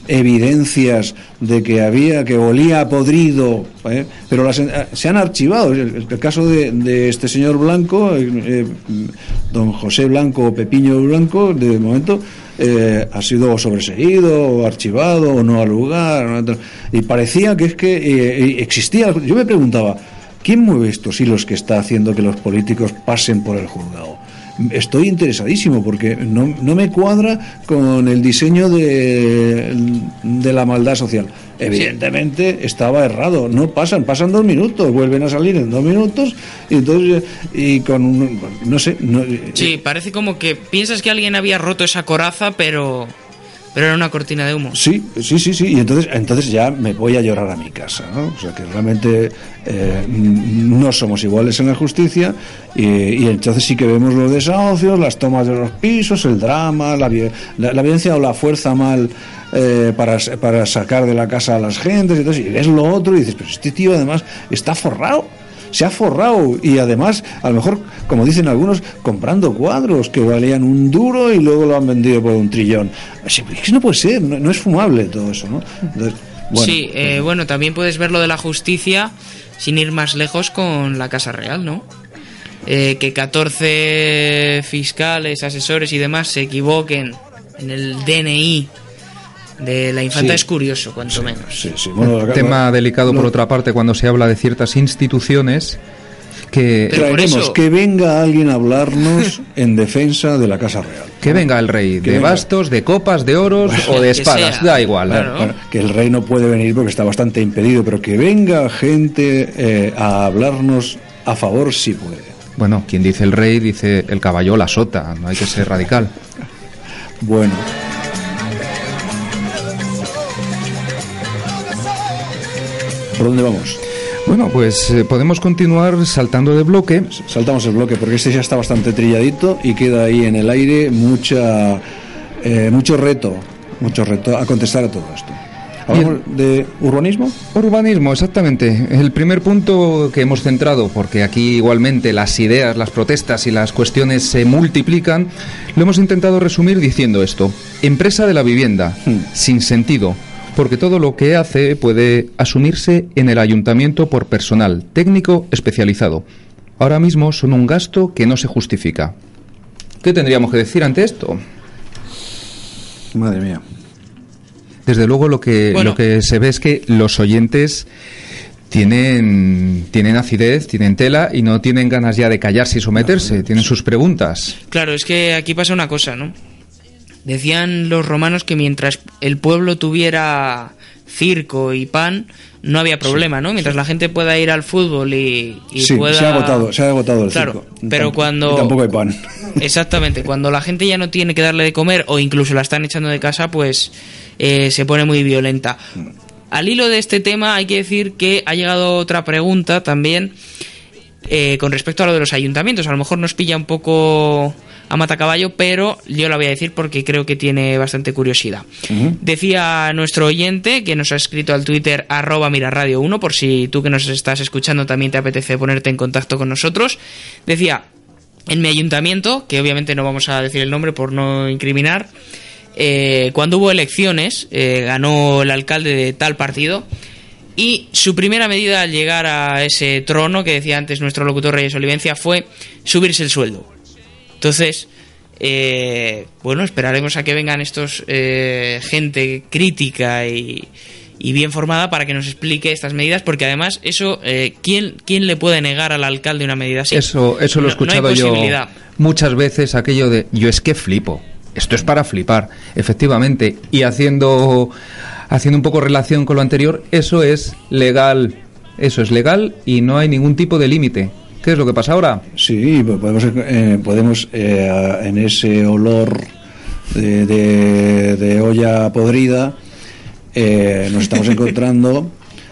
evidencias de que había, que olía a podrido, ¿eh? Pero las, se han archivado. El, el caso de, de este señor Blanco, eh, don José Blanco o Pepiño Blanco, de momento eh, ha sido sobreseído o archivado o no al lugar, y parecía que es que eh, existía. Yo me preguntaba, ¿quién mueve estos hilos que está haciendo que los políticos pasen por el juzgado? Estoy interesadísimo porque no, no me cuadra con el diseño de, de la maldad social. Evidentemente estaba errado, no pasan, pasan dos minutos, vuelven a salir en dos minutos y entonces y con un, no sé, no, sí, parece como que piensas que alguien había roto esa coraza, pero pero era una cortina de humo. Sí, sí, sí, sí, y entonces entonces ya me voy a llorar a mi casa, ¿no? O sea que realmente eh, no somos iguales en la justicia y, y entonces sí que vemos los desahucios, las tomas de los pisos, el drama, la, la, la violencia o la fuerza mal eh, para, para sacar de la casa a las gentes, entonces, y ves lo otro y dices, pero este tío además está forrado. Se ha forrado y además, a lo mejor, como dicen algunos, comprando cuadros que valían un duro y luego lo han vendido por un trillón. Eso no puede ser, no, no es fumable todo eso, ¿no? Entonces, bueno, sí, eh, bueno, también puedes ver lo de la justicia sin ir más lejos con la Casa Real, ¿no? Eh, que catorce fiscales, asesores y demás se equivoquen en el D N I de la infanta, sí, es curioso, cuanto sí, menos. Sí, sí. Bueno, un tema delicado, lo, por otra parte, cuando se habla de ciertas instituciones que... Traeremos eso, que venga alguien a hablarnos en defensa de la Casa Real. Que venga el rey, que de venga. bastos, de copas, de oros bueno, o de espadas, da igual. Claro. Bueno, que el rey no puede venir porque está bastante impedido, pero que venga gente eh, a hablarnos a favor si puede. Bueno, quien dice el rey, dice el caballo la sota, no hay que ser radical. Bueno... ¿Por dónde vamos? Bueno, pues eh, podemos continuar saltando de bloque. Saltamos el bloque porque este ya está bastante trilladito y queda ahí en el aire mucha eh, mucho reto, mucho reto a contestar a todo esto. ¿Hablamos de urbanismo? Urbanismo, exactamente. El primer punto que hemos centrado, porque aquí igualmente las ideas, las protestas y las cuestiones se multiplican, lo hemos intentado resumir diciendo esto. Empresa de la vivienda, hmm. sin sentido. Porque todo lo que hace puede asumirse en el ayuntamiento por personal técnico especializado. Ahora mismo son un gasto que no se justifica. ¿Qué tendríamos que decir ante esto? Madre mía. Desde luego lo que, bueno. lo que se ve es que los oyentes tienen, tienen acidez, tienen tela y no tienen ganas ya de callarse y someterse, tienen sus preguntas. Claro, es que aquí pasa una cosa, ¿no? Decían los romanos que mientras el pueblo tuviera circo y pan, no había problema, ¿no? Mientras sí. la gente pueda ir al fútbol y, y sí, pueda... se ha agotado, se ha agotado el claro, circo. Pero Tamp- cuando... Tampoco hay pan. Exactamente, cuando la gente ya no tiene que darle de comer o incluso la están echando de casa, pues eh, se pone muy violenta. Al hilo de este tema hay que decir que ha llegado otra pregunta también eh, con respecto a lo de los ayuntamientos. A lo mejor nos pilla un poco a matacaballo, pero yo la voy a decir porque creo que tiene bastante curiosidad. Uh-huh. Decía nuestro oyente, que nos ha escrito al Twitter arroba miraradio uno, por si tú que nos estás escuchando también te apetece ponerte en contacto con nosotros. Decía, en mi ayuntamiento, que obviamente no vamos a decir el nombre por no incriminar, eh, cuando hubo elecciones, eh, ganó el alcalde de tal partido, y su primera medida al llegar a ese trono, que decía antes nuestro locutor Reyes Olivencia, fue subirse el sueldo. Entonces, eh, bueno, esperaremos a que vengan estos eh, gente crítica y, y bien formada para que nos explique estas medidas, porque además eso, eh, ¿quién, ¿quién le puede negar al alcalde una medida así? Eso, eso lo he escuchado no, no yo muchas veces, aquello de, yo es que flipo, esto es para flipar, efectivamente, y haciendo, haciendo un poco relación con lo anterior, eso es legal, eso es legal y no hay ningún tipo de límite. ¿Qué es lo que pasa ahora? Sí, podemos, eh, podemos eh, en ese olor de, de, de olla podrida, eh, nos estamos encontrando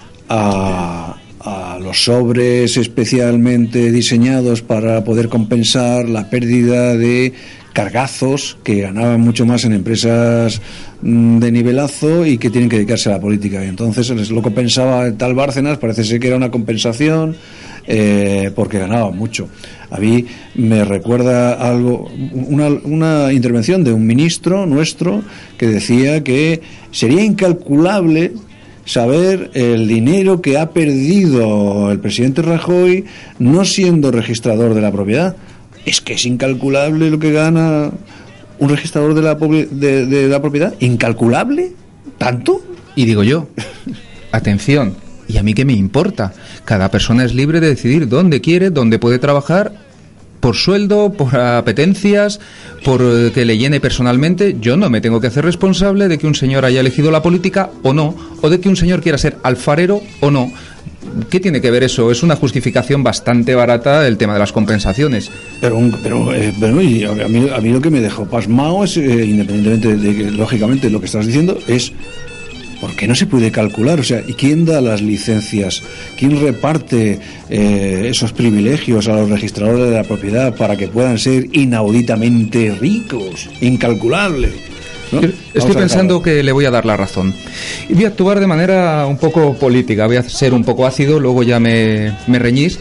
a, a los sobres especialmente diseñados para poder compensar la pérdida de cargazos que ganaban mucho más en empresas de nivelazo y que tienen que dedicarse a la política. Y entonces lo compensaba tal Bárcenas, parece ser que era una compensación. Eh, porque ganaban mucho. A mí me recuerda algo, una, una intervención de un ministro nuestro que decía que sería incalculable saber el dinero que ha perdido el presidente Rajoy no siendo registrador de la propiedad. Es que es incalculable lo que gana un registrador de la, de, de la propiedad. ¿Incalculable? ¿Tanto? Y digo yo, atención, ¿y a mí qué me importa? Cada persona es libre de decidir dónde quiere, dónde puede trabajar, por sueldo, por apetencias, por que le llene personalmente. Yo no me tengo que hacer responsable de que un señor haya elegido la política o no, o de que un señor quiera ser alfarero o no. ¿Qué tiene que ver eso? Es una justificación bastante barata el tema de las compensaciones. Pero, pero, eh, pero y a, mí, a mí lo que me dejó pasmado es, eh, independientemente de que, lógicamente, lo que estás diciendo, es ¿por qué no se puede calcular? O sea, ¿y quién da las licencias? ¿Quién reparte eh, esos privilegios a los registradores de la propiedad para que puedan ser inauditamente ricos? Incalculable. ¿No? Estoy pensando que le voy a dar la razón. Y voy a actuar de manera un poco política, voy a ser un poco ácido, luego ya me, me reñís.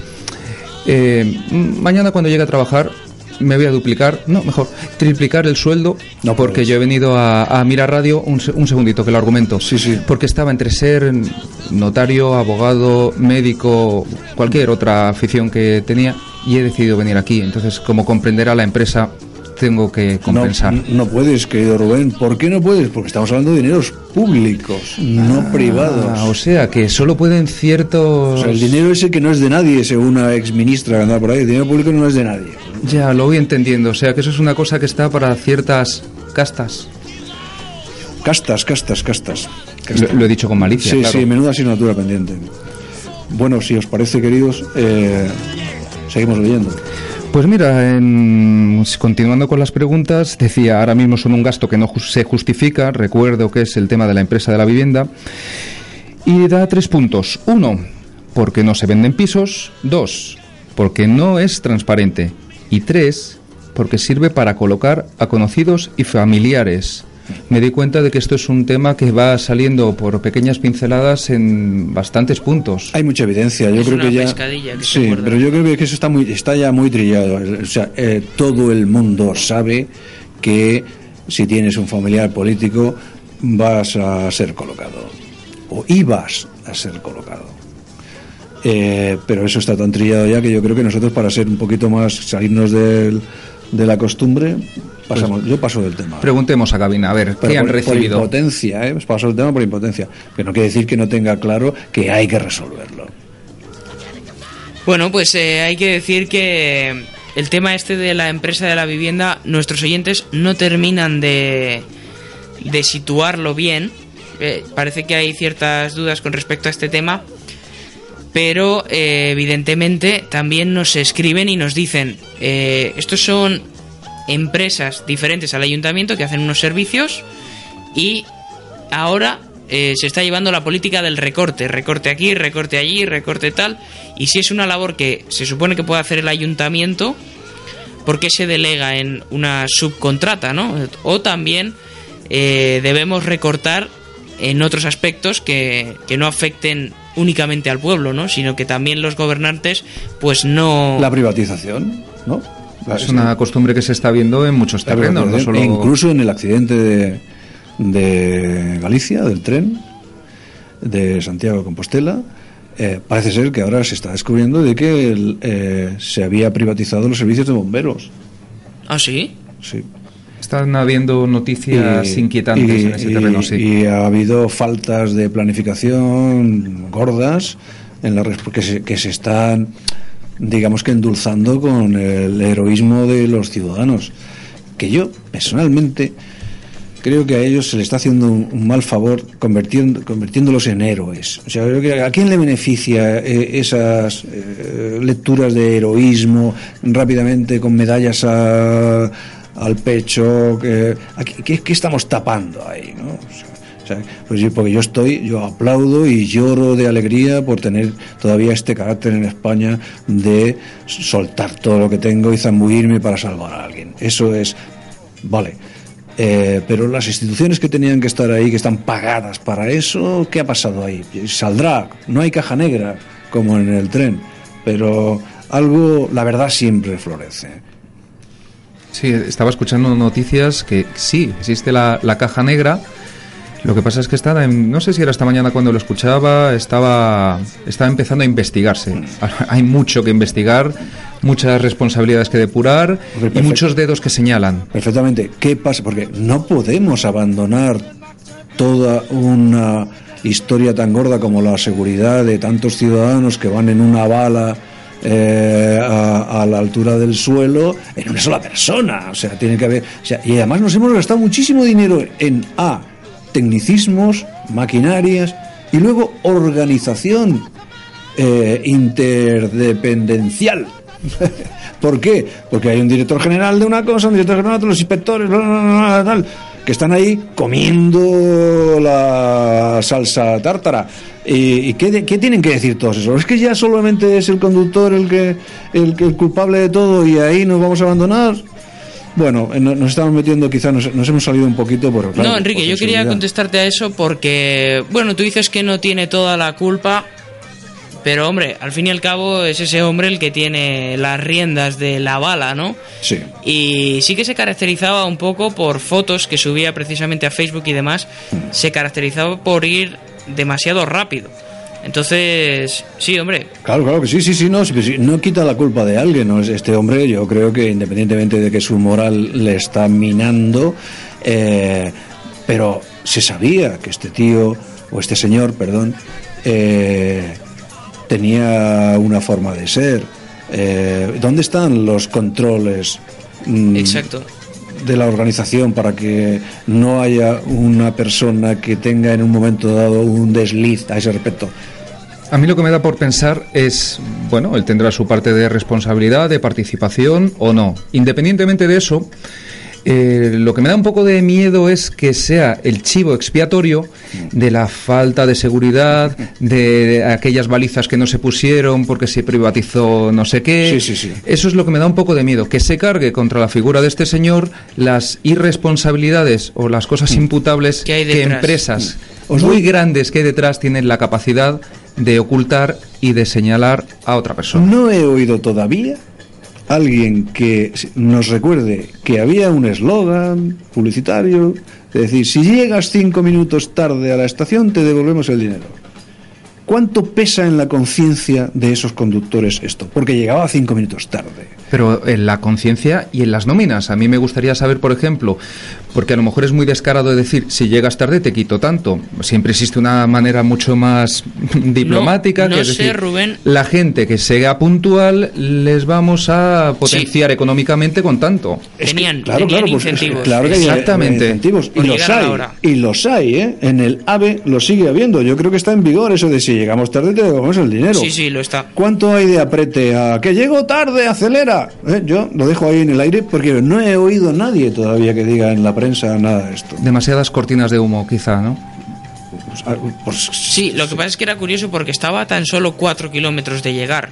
Eh, mañana cuando llegue a trabajar me voy a duplicar, no, mejor, triplicar el sueldo, no, porque puedes. Yo he venido a, a Mirar Radio, un, un segundito que lo argumento, sí, sí. Porque estaba entre ser notario, abogado, médico, cualquier otra afición que tenía, y he decidido venir aquí. Entonces, como comprenderá la empresa, tengo que compensar. No, no puedes, querido Rubén. ¿Por qué no puedes? Porque estamos hablando de dineros públicos, no ah, privados. O sea, que solo pueden ciertos... O sea, el dinero ese que no es de nadie, según una exministra que anda por ahí, el dinero público no es de nadie. Ya, lo voy entendiendo. O sea, que eso es una cosa que está para ciertas castas. Castas, castas, castas. castas. Lo, lo he dicho con malicia, Sí, claro. sí, menuda asignatura pendiente. Bueno, si os parece, queridos, eh, seguimos leyendo. Pues mira, en, continuando con las preguntas, decía, ahora mismo son un gasto que no se justifica, recuerdo que es el tema de la empresa de la vivienda, y da tres puntos. Uno, porque no se venden pisos. Dos, porque no es transparente. Y tres, porque sirve para colocar a conocidos y familiares. Me di cuenta de que esto es un tema que va saliendo por pequeñas pinceladas en bastantes puntos. Hay mucha evidencia, yo es creo una que ya pescadilla que sí, pero yo creo que eso está muy está ya muy trillado. O sea, eh, todo el mundo sabe que si tienes un familiar político vas a ser colocado o ibas a ser colocado. Eh, pero eso está tan trillado ya que yo creo que nosotros, para ser un poquito más, salirnos del, de la costumbre, pasamos, pues, yo paso del tema. Preguntemos a cabina, a ver, pero ¿qué han por, recibido? Por impotencia, ¿eh? Paso del tema por impotencia. Que no quiere decir que no tenga claro que hay que resolverlo. Bueno, pues eh, hay que decir que el tema este de la empresa de la vivienda, nuestros oyentes no terminan de, de situarlo bien. Eh, parece que hay ciertas dudas con respecto a este tema, pero eh, evidentemente también nos escriben y nos dicen, eh, estos son empresas diferentes al ayuntamiento que hacen unos servicios y ahora eh, se está llevando la política del recorte, recorte aquí, recorte allí, recorte tal, y si es una labor que se supone que puede hacer el ayuntamiento, ¿por qué se delega en una subcontrata, no? O también eh, debemos recortar en otros aspectos que, que no afecten únicamente al pueblo, ¿no? Sino que también los gobernantes pues no... La privatización, ¿no? Es una costumbre que se está viendo en muchos terrenos, no solo... E incluso en el accidente de, de Galicia, del tren, de Santiago de Compostela, eh, parece ser que ahora se está descubriendo de que el, eh, se había privatizado los servicios de bomberos. ¿Ah, sí? Sí. Están habiendo noticias y, inquietantes y, en ese terreno, sí. Y ha habido faltas de planificación gordas en la que se, que se están, digamos que endulzando con el heroísmo de los ciudadanos, que yo personalmente creo que a ellos se les está haciendo un, un mal favor convirtiendo, convirtiéndolos en héroes. O sea, creo que ¿a quién le beneficia eh, esas eh, lecturas de heroísmo rápidamente con medallas a, al pecho? Que, ¿qué, ¿Qué estamos tapando ahí, no? O sea, o sea, pues yo, porque yo estoy, yo aplaudo y lloro de alegría por tener todavía este carácter en España de soltar todo lo que tengo y zambullirme para salvar a alguien. Eso es, vale. Eh, pero las instituciones que tenían que estar ahí, que están pagadas para eso, ¿qué ha pasado ahí? Saldrá, no hay caja negra como en el tren, pero algo, la verdad siempre florece. Sí, estaba escuchando noticias que sí, existe la, la caja negra. Lo que pasa es que está, en, no sé si era esta mañana cuando lo escuchaba, estaba, estaba empezando a investigarse. Hay mucho que investigar, muchas responsabilidades que depurar Perfecto. y muchos dedos que señalan. Perfectamente. ¿Qué pasa? Porque no podemos abandonar toda una historia tan gorda como la seguridad de tantos ciudadanos que van en una bala eh, a, a la altura del suelo en una sola persona. O sea, tiene que haber... O sea, y además nos hemos gastado muchísimo dinero en A, tecnicismos, maquinarias y luego organización eh, interdependencial. ¿Por qué? Porque hay un director general de una cosa, un director general de los inspectores, bla, bla, bla, tal, que están ahí comiendo la salsa tártara. ¿Y, y qué, qué tienen que decir todos esos? ¿Es que ya solamente es el conductor el que el, el culpable de todo y ahí nos vamos a abandonar? Bueno, nos estamos metiendo, quizás nos, nos hemos salido un poquito por... Claro, no, Enrique, yo quería contestarte a eso porque, bueno, tú dices que no tiene toda la culpa, pero, hombre, al fin y al cabo es ese hombre el que tiene las riendas de la bala, ¿no? Sí. Y sí que se caracterizaba un poco por fotos que subía precisamente a Facebook y demás, mm. se caracterizaba por ir demasiado rápido. Entonces, sí, hombre. Claro, claro que sí, sí, sí, no, sí, sí, no quita la culpa de alguien, ¿no? Este hombre, yo creo que independientemente de que su moral le está minando, eh, pero se sabía que este tío, o este señor, perdón, eh, tenía una forma de ser. Eh, ¿Dónde están los controles? Mm, Exacto. De la organización para que no haya una persona que tenga en un momento dado un desliz a ese respecto? A mí lo que me da por pensar es, bueno, él tendrá su parte de responsabilidad, de participación o no. Independientemente de eso, eh, lo que me da un poco de miedo es que sea el chivo expiatorio de la falta de seguridad, de aquellas balizas que no se pusieron porque se privatizó no sé qué. Sí, sí, sí. Eso es lo que me da un poco de miedo, que se cargue contra la figura de este señor las irresponsabilidades o las cosas imputables que, que empresas Os muy doy... grandes que hay detrás tienen la capacidad de ocultar y de señalar a otra persona. No he oído todavía alguien que nos recuerde que había un eslogan publicitario de decir, si llegas cinco minutos tarde a la estación te devolvemos el dinero. ¿Cuánto pesa en la conciencia de esos conductores esto? Porque llegaba cinco minutos tarde. Pero en la conciencia y en las nóminas. A mí me gustaría saber, por ejemplo, porque a lo mejor es muy descarado decir, si llegas tarde te quito tanto. Siempre existe una manera mucho más diplomática. No, no que es sé, decir, Rubén. La gente que sea puntual les vamos a potenciar sí. económicamente con tanto. Tenían, es que, claro, tenían claro, incentivos. Pues, claro que hay exactamente. Incentivos. Y los hay. Y los hay, ¿eh? En el AVE lo sigue habiendo. Yo creo que está en vigor eso de si llegamos tarde te devolvemos el dinero. Sí, sí, lo está. ¿Cuánto hay de aprete a que llego tarde, acelera? ¿Eh? Yo lo dejo ahí en el aire porque no he oído a nadie todavía que diga en la prensa nada de esto. Demasiadas cortinas de humo, quizá, ¿no? Pues, pues, sí, lo que pasa es que era curioso porque estaba a tan solo cuatro kilómetros de llegar.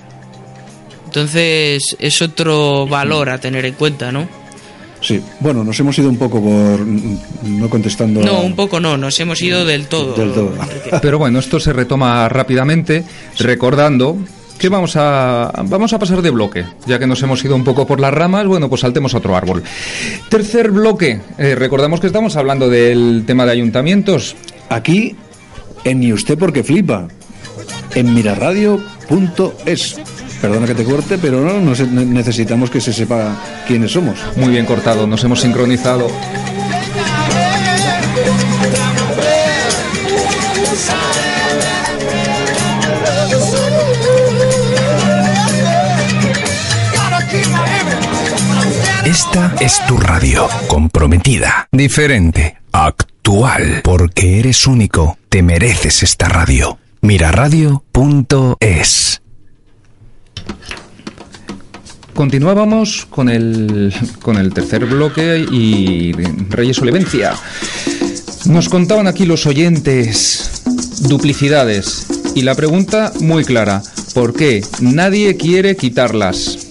Entonces es otro valor a tener en cuenta, ¿no? Sí, bueno, nos hemos ido un poco por no contestando. No, a... un poco no, nos hemos ido del todo. Del todo. Pero bueno, esto se retoma rápidamente, recordando que vamos a vamos a pasar de bloque, ya que nos hemos ido un poco por las ramas. Bueno, pues saltemos a otro árbol. Tercer bloque, eh, recordamos que estamos hablando del tema de ayuntamientos. Aquí, en Ni Usted Porque Flipa, en miraradio punto es. Perdona que te corte, pero no, no se, necesitamos que se sepa quiénes somos. Muy bien cortado, nos hemos sincronizado. Esta es tu radio, comprometida, diferente, actual, porque eres único, te mereces esta radio. miraradio punto es. Continuábamos con el, con el tercer bloque y Reyes Olevencia. Nos contaban aquí los oyentes duplicidades y la pregunta muy clara, ¿por qué nadie quiere quitarlas?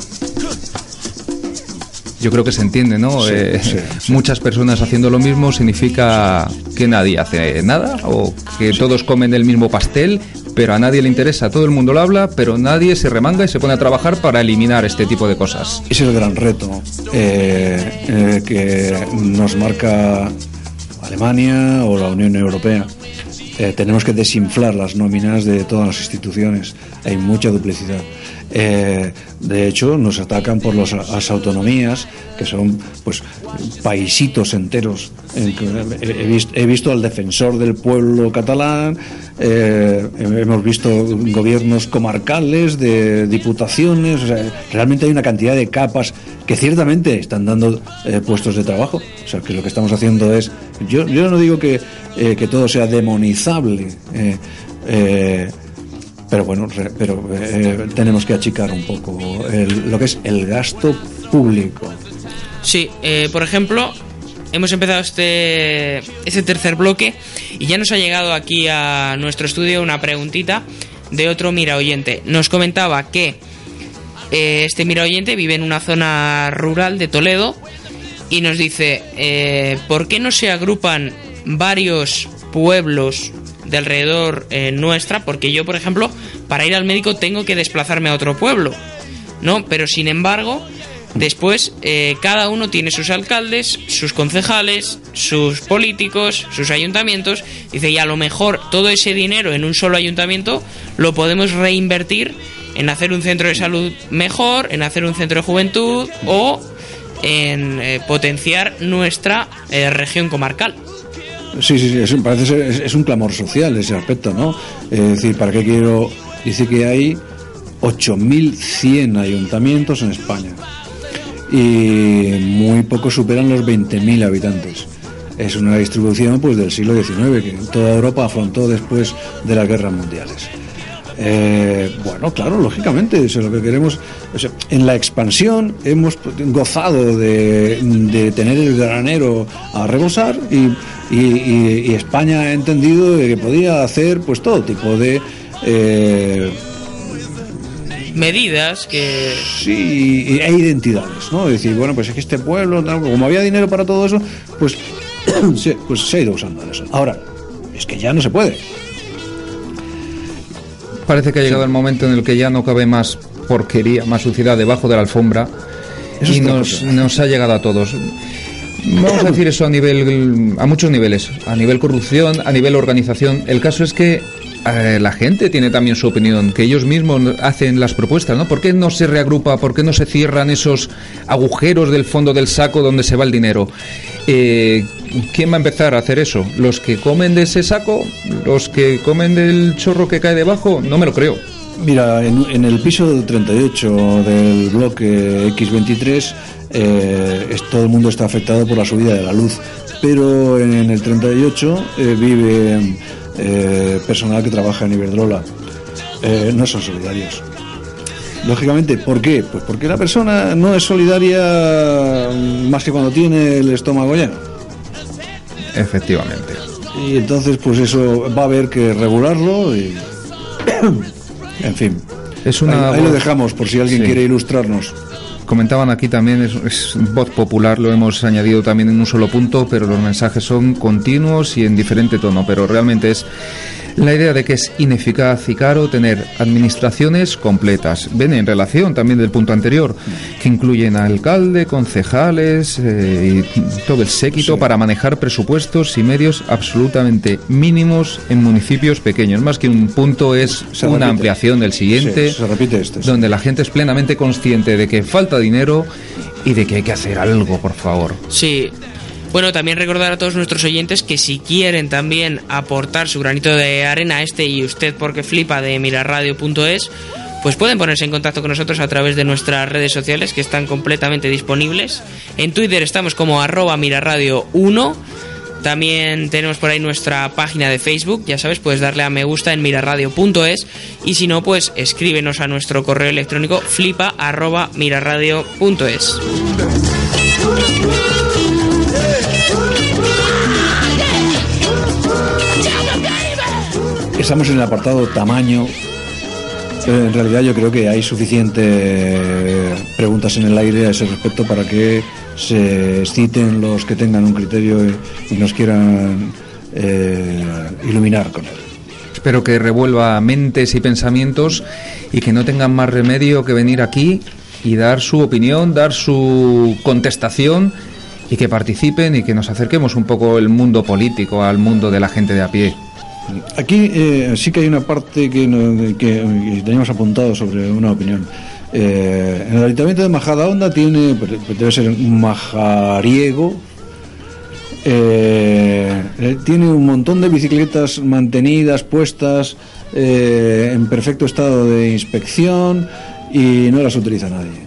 Yo creo que se entiende, ¿no? Sí, eh, sí, sí. Muchas personas haciendo lo mismo significa que nadie hace nada o que sí. todos comen el mismo pastel, pero a nadie le interesa. Todo el mundo lo habla, pero nadie se remanga y se pone a trabajar para eliminar este tipo de cosas. Ese es el gran reto eh, eh, que nos marca Alemania o la Unión Europea. Eh, tenemos que desinflar las nóminas de todas las instituciones. Hay mucha duplicidad. Eh, de hecho, nos atacan por los, las autonomías, que son pues paisitos enteros. He, he, visto, he visto al defensor del pueblo catalán, eh, hemos visto gobiernos comarcales, de diputaciones. O sea, realmente hay una cantidad de capas que ciertamente están dando eh, puestos de trabajo. O sea, que lo que estamos haciendo es, yo, yo no digo que, eh, que todo sea demonizable, eh, eh, pero bueno, re, pero eh, tenemos que achicar un poco el, lo que es el gasto público. Sí, eh, por ejemplo, hemos empezado este, este tercer bloque y ya nos ha llegado aquí a nuestro estudio una preguntita de otro mira oyente. Nos comentaba que eh, este mira oyente vive en una zona rural de Toledo y nos dice, eh, ¿por qué no se agrupan varios pueblos de alrededor eh, nuestra? Porque yo, por ejemplo, para ir al médico tengo que desplazarme a otro pueblo, ¿no? Pero sin embargo, después eh, cada uno tiene sus alcaldes, sus concejales, sus políticos, sus ayuntamientos. Dice, y a lo mejor todo ese dinero en un solo ayuntamiento lo podemos reinvertir en hacer un centro de salud mejor, en hacer un centro de juventud o en eh, potenciar nuestra eh, región comarcal. Sí, sí, sí, es, parece ser, es, es un clamor social ese aspecto, ¿no? Es decir, ¿para qué quiero? Dice que hay ocho mil cien ayuntamientos en España y muy pocos superan los veinte mil habitantes. Es una distribución pues del siglo diecinueve que toda Europa afrontó después de las guerras mundiales. Eh, bueno, claro, lógicamente, eso es lo que queremos. O sea, en la expansión hemos gozado de, de tener el granero a rebosar y, y, y, y España ha entendido que podía hacer pues todo tipo de eh, medidas que sí, e identidades, ¿no? Es decir, bueno, pues es que este pueblo, como había dinero para todo eso, pues se, pues se ha ido usando eso. Ahora, es que ya no se puede. Parece que ha llegado el momento en el que ya no cabe más porquería, más suciedad debajo de la alfombra. Eso y nos, nos ha llegado a todos. Vamos a decir eso a nivel, a muchos niveles, a nivel corrupción, a nivel organización. El caso es que eh, la gente tiene también su opinión, que ellos mismos hacen las propuestas, ¿no? ¿Por qué no se reagrupa? ¿Por qué no se cierran esos agujeros del fondo del saco donde se va el dinero? Eh, ¿Quién va a empezar a hacer eso? ¿Los que comen de ese saco? ¿Los que comen del chorro que cae debajo? No me lo creo. Mira, en, en el piso treinta y ocho del bloque equis veintitrés eh, es, todo el mundo está afectado por la subida de la luz, pero en el treinta y ocho eh, vive eh, personal que trabaja en Iberdrola. Eh, no son solidarios. Lógicamente, ¿por qué? Pues porque la persona no es solidaria más que cuando tiene el estómago lleno. Efectivamente. Y entonces, pues eso va a haber que regularlo y... en fin. Es una ahí, ahí lo dejamos por si alguien sí. quiere ilustrarnos. Comentaban aquí también, es, es voz popular, lo hemos añadido también en un solo punto, pero los mensajes son continuos y en diferente tono, pero realmente es la idea de que es ineficaz y caro tener administraciones completas. Ven en relación también del punto anterior, que incluyen a alcalde, concejales eh, y todo el séquito sí. para manejar presupuestos y medios absolutamente mínimos en municipios pequeños. Más que un punto es se una repite. ampliación del siguiente, sí, se repite este, sí. donde la gente es plenamente consciente de que falta dinero y de que hay que hacer algo, por favor. Sí. Bueno, también recordar a todos nuestros oyentes que si quieren también aportar su granito de arena a este y usted porque flipa de miraradio punto es, pues pueden ponerse en contacto con nosotros a través de nuestras redes sociales que están completamente disponibles. En Twitter estamos como arroba miraradio uno. También tenemos por ahí nuestra página de Facebook, ya sabes, puedes darle a me gusta en miraradio punto es y si no, pues escríbenos a nuestro correo electrónico flipa arroba miraradio punto es. Estamos en el apartado tamaño, pero en realidad yo creo que hay suficientes preguntas en el aire a ese respecto para que se exciten los que tengan un criterio y, y nos quieran eh, iluminar con él. Espero que revuelva mentes y pensamientos y que no tengan más remedio que venir aquí y dar su opinión, dar su contestación y que participen y que nos acerquemos un poco el mundo político al mundo de la gente de a pie. Aquí eh, sí que hay una parte que, no, que, que teníamos apuntado sobre una opinión. Eh, en el Ayuntamiento de Majadahonda tiene, debe ser un majariego, eh, tiene un montón de bicicletas mantenidas, puestas eh, en perfecto estado de inspección y no las utiliza nadie.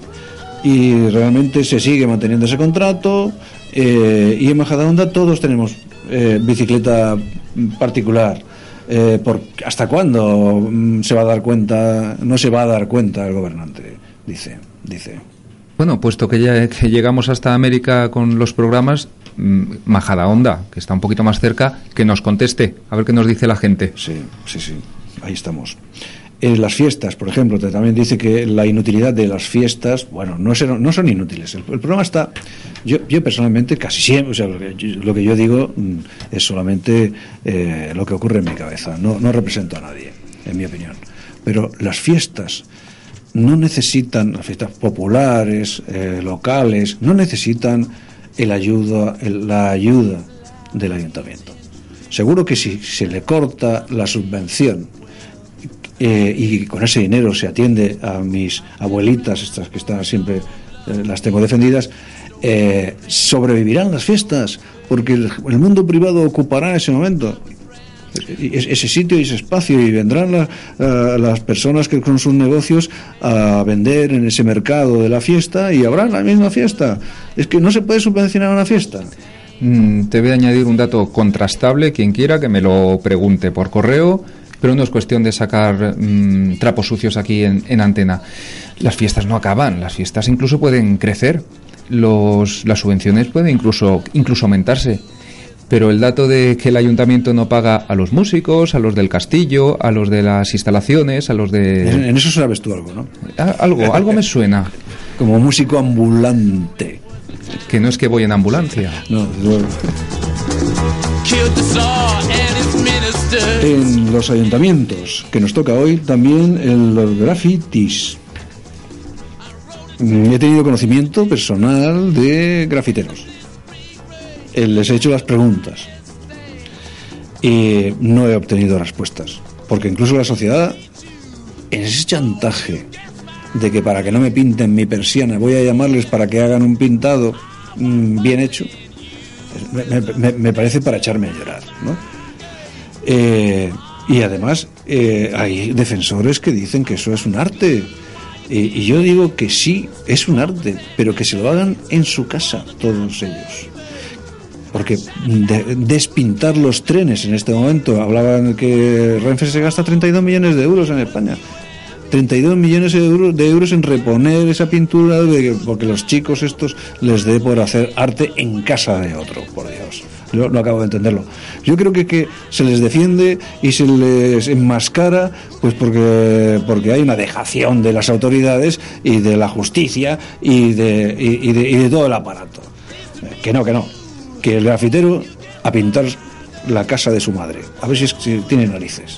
Y realmente se sigue manteniendo ese contrato, eh, y en Majadahonda todos tenemos eh, bicicleta particular. Eh, por, ¿Hasta cuándo mm, se va a dar cuenta? No se va a dar cuenta el gobernante, dice, dice. Bueno, puesto que ya que llegamos hasta América con los programas, mmm, Majadahonda, que está un poquito más cerca, que nos conteste, a ver qué nos dice la gente. Sí, sí, sí, ahí estamos. En las fiestas, por ejemplo, también dice que la inutilidad de las fiestas, bueno, no, es, no son inútiles. El, el problema está, yo, yo personalmente casi siempre, o sea, lo que, lo que yo digo mm, es solamente eh, lo que ocurre en mi cabeza, no, no represento a nadie, en mi opinión. Pero las fiestas no necesitan, las fiestas populares, eh, locales, no necesitan el ayuda, el, la ayuda del ayuntamiento. Seguro que si se le corta la subvención, Eh, y con ese dinero se atiende a mis abuelitas, estas que están siempre, eh, las tengo defendidas, eh, sobrevivirán las fiestas, porque el, el mundo privado ocupará en ese momento ese sitio y ese espacio, y vendrán la, uh, las personas que con sus negocios a vender en ese mercado de la fiesta, y habrá la misma fiesta. Es que no se puede subvencionar una fiesta. Mm, te voy a añadir un dato contrastable, quien quiera que me lo pregunte por correo, pero no es cuestión de sacar mmm, trapos sucios aquí en, en antena. Las fiestas no acaban, las fiestas incluso pueden crecer, los, las subvenciones pueden incluso, incluso aumentarse, pero el dato de que el ayuntamiento no paga a los músicos, a los del castillo, a los de las instalaciones, a los de... En, en eso sabes tú algo, ¿no? Ah, algo, algo me suena. Como músico ambulante. Que no es que voy en ambulancia. No, luego. En los ayuntamientos, que nos toca hoy, también en los grafitis. He tenido conocimiento personal de grafiteros. Les he hecho las preguntas y no he obtenido respuestas, porque incluso la sociedad, en ese chantaje de que para que no me pinten mi persiana voy a llamarles para que hagan un pintado mmm, bien hecho, me, me, me parece para echarme a llorar, ¿no? Eh, y además eh, hay defensores que dicen que eso es un arte, y, y yo digo que sí, es un arte, pero que se lo hagan en su casa todos ellos, porque de, despintar los trenes en este momento, hablaban que Renfe se gasta treinta y dos millones de euros en España, treinta y dos millones de euros, de euros en reponer esa pintura, de, porque los chicos estos les dé por hacer arte en casa de otro, por Dios. Yo no acabo de entenderlo. Yo creo que, que se les defiende y se les enmascara, pues porque porque hay una dejación de las autoridades y de la justicia y de, y, y de, y de todo el aparato. Que no, que no. Que el grafitero a pintar la casa de su madre. A ver si, es, si tiene narices.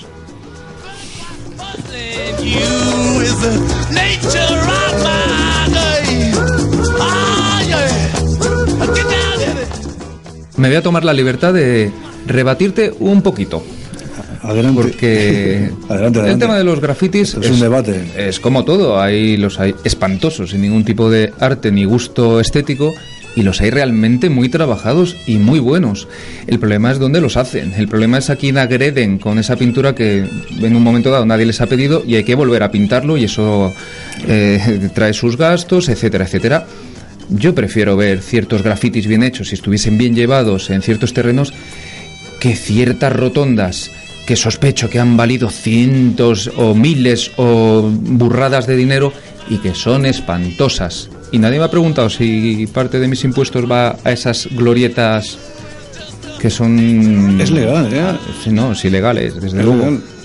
Me voy a tomar la libertad de rebatirte un poquito. Adelante. Porque adelante, adelante. El tema de los grafitis es, es un debate. Es como todo, hay los hay espantosos, sin ningún tipo de arte ni gusto estético, y los hay realmente muy trabajados y muy buenos. El problema es dónde los hacen. El problema es a quién agreden con esa pintura que en un momento dado nadie les ha pedido y hay que volver a pintarlo, y eso eh, trae sus gastos, etcétera, etcétera. Yo prefiero ver ciertos grafitis bien hechos, si estuviesen bien llevados en ciertos terrenos, que ciertas rotondas que sospecho que han valido cientos o miles o burradas de dinero y que son espantosas. Y nadie me ha preguntado si parte de mis impuestos va a esas glorietas que son... Es legal, ¿eh? Sí, no, es ilegales, desde es luego. Legal.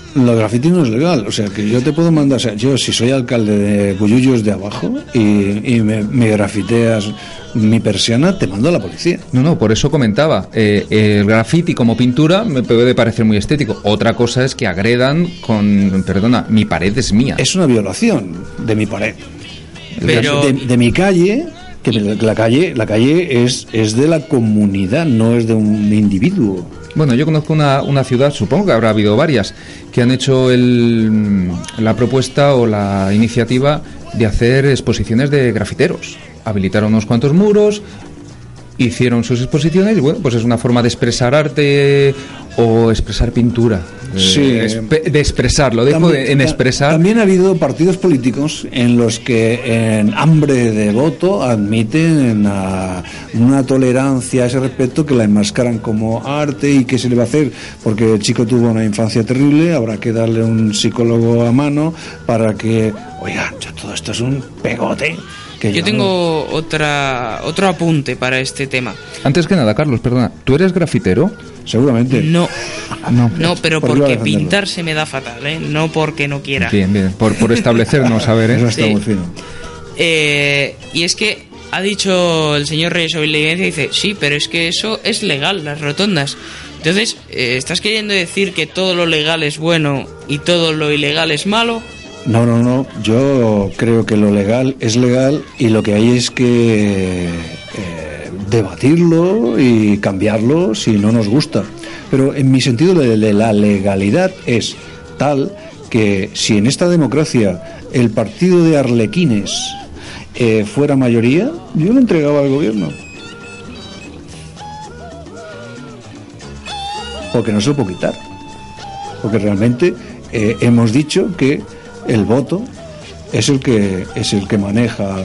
Lo grafiti no es legal, o sea, que yo te puedo mandar, o sea, yo si soy alcalde de Bullullos de abajo y, y me, me grafiteas mi persiana, te mando a la policía. No, no, por eso comentaba, eh, el graffiti como pintura me puede parecer muy estético. Otra cosa es que agredan con, perdona, mi pared es mía. Es una violación de mi pared. Pero... De, de mi calle, que la calle, la calle es, es de la comunidad, no es de un individuo. Bueno, yo conozco una, una ciudad, supongo que habrá habido varias, que han hecho el, la propuesta o la iniciativa de hacer exposiciones de grafiteros. Habilitaron unos cuantos muros, hicieron sus exposiciones y bueno, pues es una forma de expresar arte o expresar pintura. Sí. Eh, de expresar, lo dejo también, de, en expresar. También ha habido partidos políticos en los que en hambre de voto admiten a una tolerancia a ese respecto que la enmascaran como arte y qué se le va a hacer porque el chico tuvo una infancia terrible, habrá que darle un psicólogo a mano para que, oigan, todo esto es un pegote. Yo, yo tengo no... otra otro apunte para este tema. Antes que nada, Carlos, perdona, ¿tú eres grafitero? Seguramente. No, no, no pero ¿Por porque pintar se me da fatal, ¿eh? No porque no quiera. Bien, bien, por, por establecernos, a ver, ¿eh? Eso está sí. muy fino. Eh, y es que ha dicho el señor Reyes sobre la evidencia, dice, sí, pero es que eso es legal, las rotondas. Entonces, eh, ¿estás queriendo decir que todo lo legal es bueno y todo lo ilegal es malo? No, no, no. Yo creo que lo legal es legal y lo que hay es que eh, debatirlo y cambiarlo si no nos gusta. Pero en mi sentido de, de la legalidad es tal que si en esta democracia el partido de arlequines eh, fuera mayoría, yo lo entregaba al gobierno. Porque no se lo puedo quitar. Porque realmente eh, hemos dicho que el voto es el que es el que maneja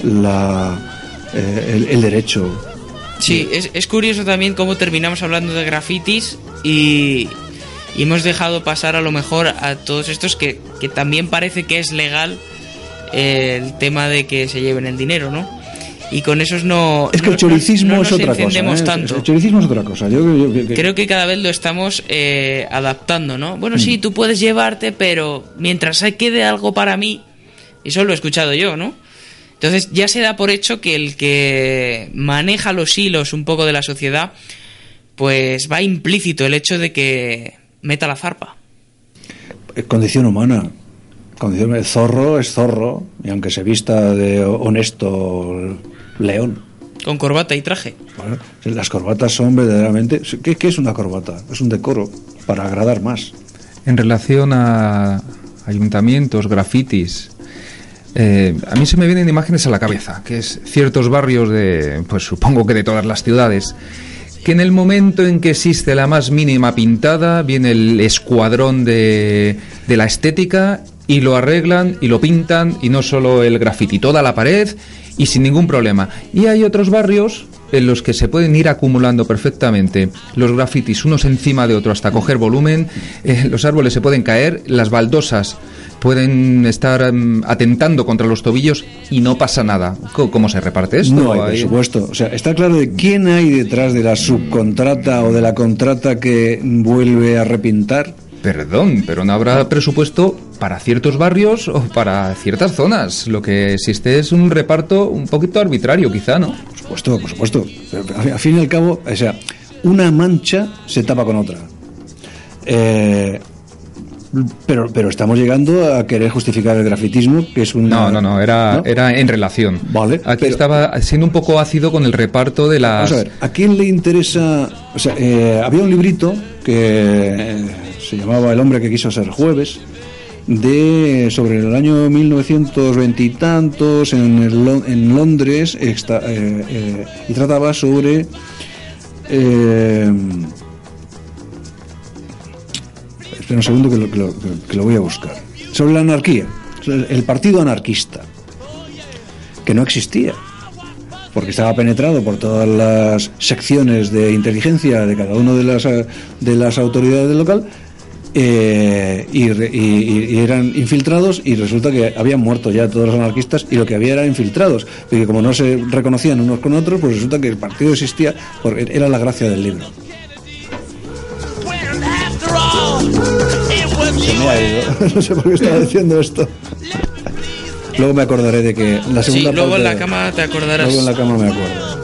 la eh, el, el derecho. Sí, es, es curioso también cómo terminamos hablando de grafitis y, y hemos dejado pasar a lo mejor a todos estos que, que también parece que es legal eh, el tema de que se lleven el dinero, ¿no? Y con esos no... Es que no, el choricismo no, no es otra cosa. ¿eh? Tanto. El choricismo es otra cosa. Yo, yo, yo, yo... Creo que cada vez lo estamos eh, adaptando, ¿no? Bueno, mm. sí, tú puedes llevarte, pero mientras quede algo para mí, eso lo he escuchado yo, ¿no? Entonces ya se da por hecho que el que maneja los hilos un poco de la sociedad, pues va implícito el hecho de que meta la zarpa. Condición humana. Condición, el zorro es zorro, y aunque se vista de honesto león. Con corbata y traje. Bueno, las corbatas son verdaderamente... ¿Qué, ¿Qué es una corbata? Es un decoro para agradar más. En relación a ayuntamientos, grafitis, eh, a mí se me vienen imágenes a la cabeza, que es ciertos barrios de, pues supongo que de todas las ciudades, que en el momento en que existe la más mínima pintada, viene el escuadrón de, de la estética y lo arreglan y lo pintan, y no solo el grafiti, toda la pared y sin ningún problema. Y hay otros barrios en los que se pueden ir acumulando perfectamente los grafitis unos encima de otros hasta coger volumen, eh, los árboles se pueden caer, las baldosas pueden estar um, atentando contra los tobillos y no pasa nada. ¿Cómo se reparte esto? No hay, por supuesto. O sea, está claro de quién hay detrás de la subcontrata o de la contrata que vuelve a repintar. Perdón, pero no habrá presupuesto para ciertos barrios o para ciertas zonas. Lo que existe es un reparto un poquito arbitrario, quizá, ¿no? Por supuesto, por supuesto. Pero, al fin y al cabo, o sea, una mancha se tapa con otra. Eh... Pero, pero estamos llegando a querer justificar el grafitismo, que es un... No, no, no, era, ¿no? era en relación. Vale. Aquí pero, estaba siendo un poco ácido con el reparto de las... Vamos a ver, ¿a quién le interesa...? O sea, eh, había un librito que eh, se llamaba El hombre que quiso ser jueves, de sobre el año mil novecientos veinte y tantos, en, el, en Londres, extra, eh, eh, y trataba sobre... Eh, Espera un segundo que lo, que, lo, que lo voy a buscar. Sobre la anarquía, el partido anarquista, que no existía, porque estaba penetrado por todas las secciones de inteligencia de cada una de las, de las autoridades del local, eh, y, y, y eran infiltrados, y resulta que habían muerto ya todos los anarquistas y lo que había eran infiltrados, porque como no se reconocían unos con otros, pues resulta que el partido existía, porque era la gracia del libro. It was Se me ha ido. No sé por qué estaba diciendo esto. Luego me acordaré de que la segunda sí, luego parte, en la cama te acordarás. Luego en la cama me acuerdo.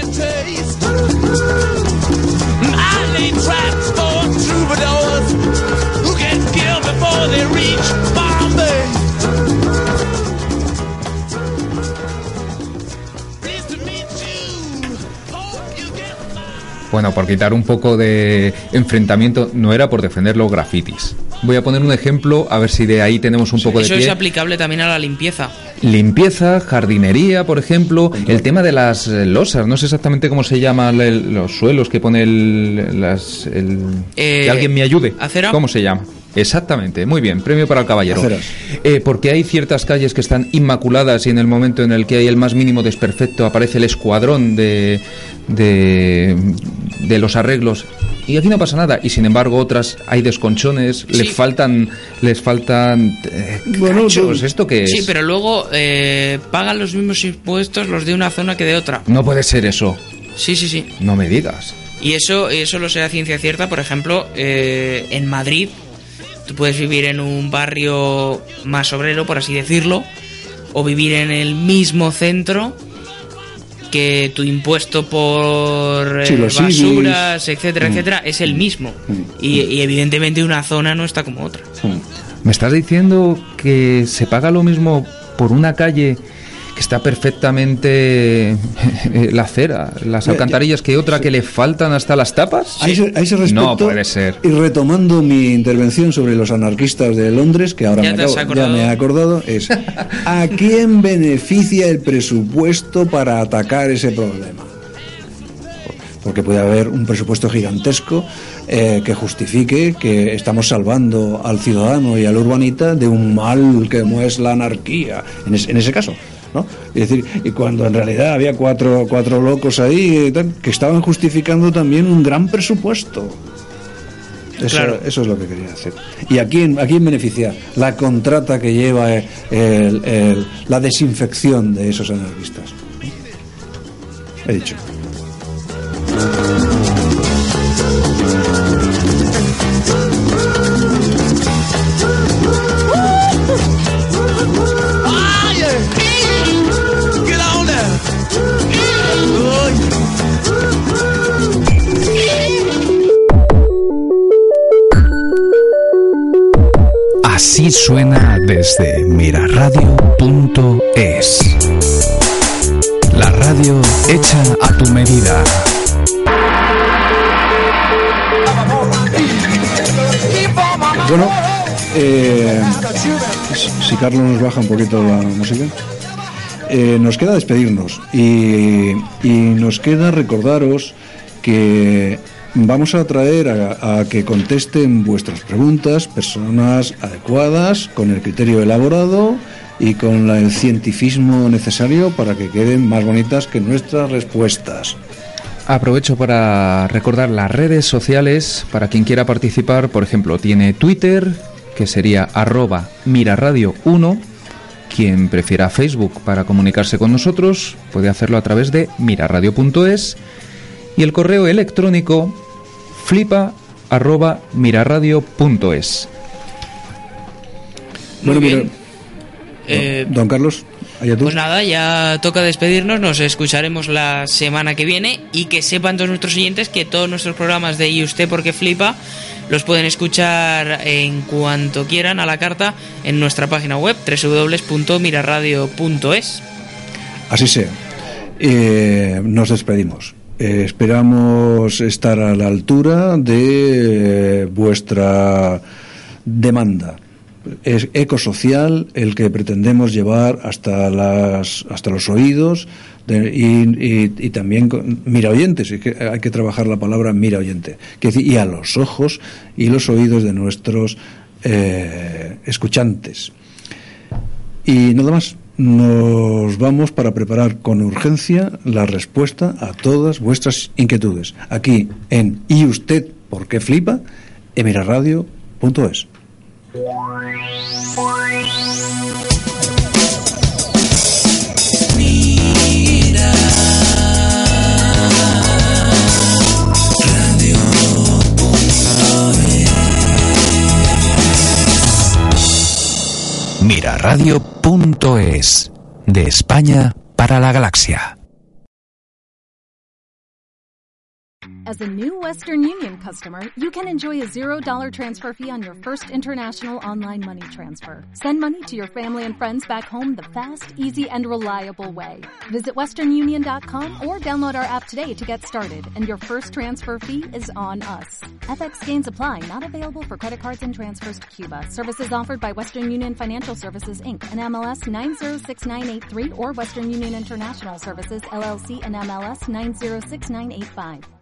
Bueno, por quitar un poco de enfrentamiento, no era por defender los grafitis. Voy a poner un ejemplo, a ver si de ahí tenemos un poco de Eso pie. es aplicable también a la limpieza. Limpieza, jardinería, por ejemplo, el tema de las losas, no sé exactamente cómo se llaman el- los suelos que pone el... Las, el Eh, que alguien me ayude. ¿acera? ¿Cómo se llama? Exactamente, muy bien, premio para el caballero. Aceras. Eh, porque hay ciertas calles que están inmaculadas y en el momento en el que hay el más mínimo desperfecto aparece el escuadrón de, de, de los arreglos y aquí no pasa nada, y sin embargo otras hay desconchones, Sí. les faltan les faltan eh, Bueno, cachos. tú- ¿Esto qué es? Sí, pero luego eh, pagan los mismos impuestos los de una zona que de otra. No puede ser eso, Sí, sí, sí. no me digas. Y eso, eso lo sé a ciencia cierta. Por ejemplo, eh, en Madrid, tú puedes vivir en un barrio más obrero, por así decirlo, o vivir en el mismo centro que tu impuesto por eh, Sí, los basuras, civis. etcétera, Mm. etcétera, es el mismo. Mm. Y, y evidentemente una zona no está como otra. ¿Me estás diciendo que se paga lo mismo por una calle que está perfectamente eh, la acera, las Ya, alcantarillas, que otra que le faltan hasta las tapas? A ese, a ese respecto, No puede ser. y retomando mi intervención sobre los anarquistas de Londres, que ahora Ya me, te has acabo- ya acordado. me he acordado, es ¿a quién beneficia el presupuesto para atacar ese problema? Porque puede haber un presupuesto gigantesco eh, que justifique que estamos salvando al ciudadano y al urbanita de un mal que como es la anarquía, en, es- en ese caso, ¿no? Es decir, y cuando en realidad había cuatro, cuatro locos ahí eh, tal, que estaban justificando también un gran presupuesto. Eso, Claro. eso es lo que quería hacer. ¿Y a quién, a quién beneficia la contrata que lleva eh, el- el- la desinfección de esos anarquistas? He dicho. Así suena desde miraradio punto es. La radio hecha a tu medida. Bueno, eh, si Carlos nos baja un poquito la música, eh, nos queda despedirnos y, y nos queda recordaros que vamos a traer a, a que contesten vuestras preguntas personas adecuadas, con el criterio elaborado y con la- el cientifismo necesario para que queden más bonitas que nuestras respuestas. Aprovecho para recordar las redes sociales para quien quiera participar. Por ejemplo, tiene Twitter, que sería arroba miraradio uno. Quien prefiera Facebook para comunicarse con nosotros puede hacerlo a través de miraradio punto es. Y el correo electrónico flipa arroba miraradio punto es. Muy Bueno, bien. mira, Eh, don Carlos, allá tú. Pues nada, ya toca despedirnos, nos escucharemos la semana que viene y que sepan todos nuestros oyentes que todos nuestros programas de ¿Y usted por qué flipa? Los pueden escuchar en cuanto quieran a la carta en nuestra página web doble u doble u doble u punto miraradio punto es. Así sea. Eh, nos despedimos. Eh, esperamos estar a la altura de eh, vuestra demanda. Es ecosocial el que pretendemos llevar hasta las hasta los oídos de- y, y- y también con, mira oyentes, es que hay que trabajar la palabra mira oyente, que decir, y a los ojos y los oídos de nuestros eh, escuchantes. Y nada más, nos vamos para preparar con urgencia la respuesta a todas vuestras inquietudes. Aquí en ¿Y usted por qué flipa? en miraradio punto es. Miraradio punto es. De España para la galaxia. As a new Western Union customer, you can enjoy a zero dollar transfer fee on your first international online money transfer. Send money to your family and friends back home the fast, easy, and reliable way. Visit western union dot com or download our app today to get started, and your first transfer fee is on us. F X gains apply, not available for credit cards and transfers to Cuba. Services offered by Western Union Financial Services, Incorporated and M L S nine zero six nine eight three or Western Union International Services, L L C and M L S nine zero six nine eight five.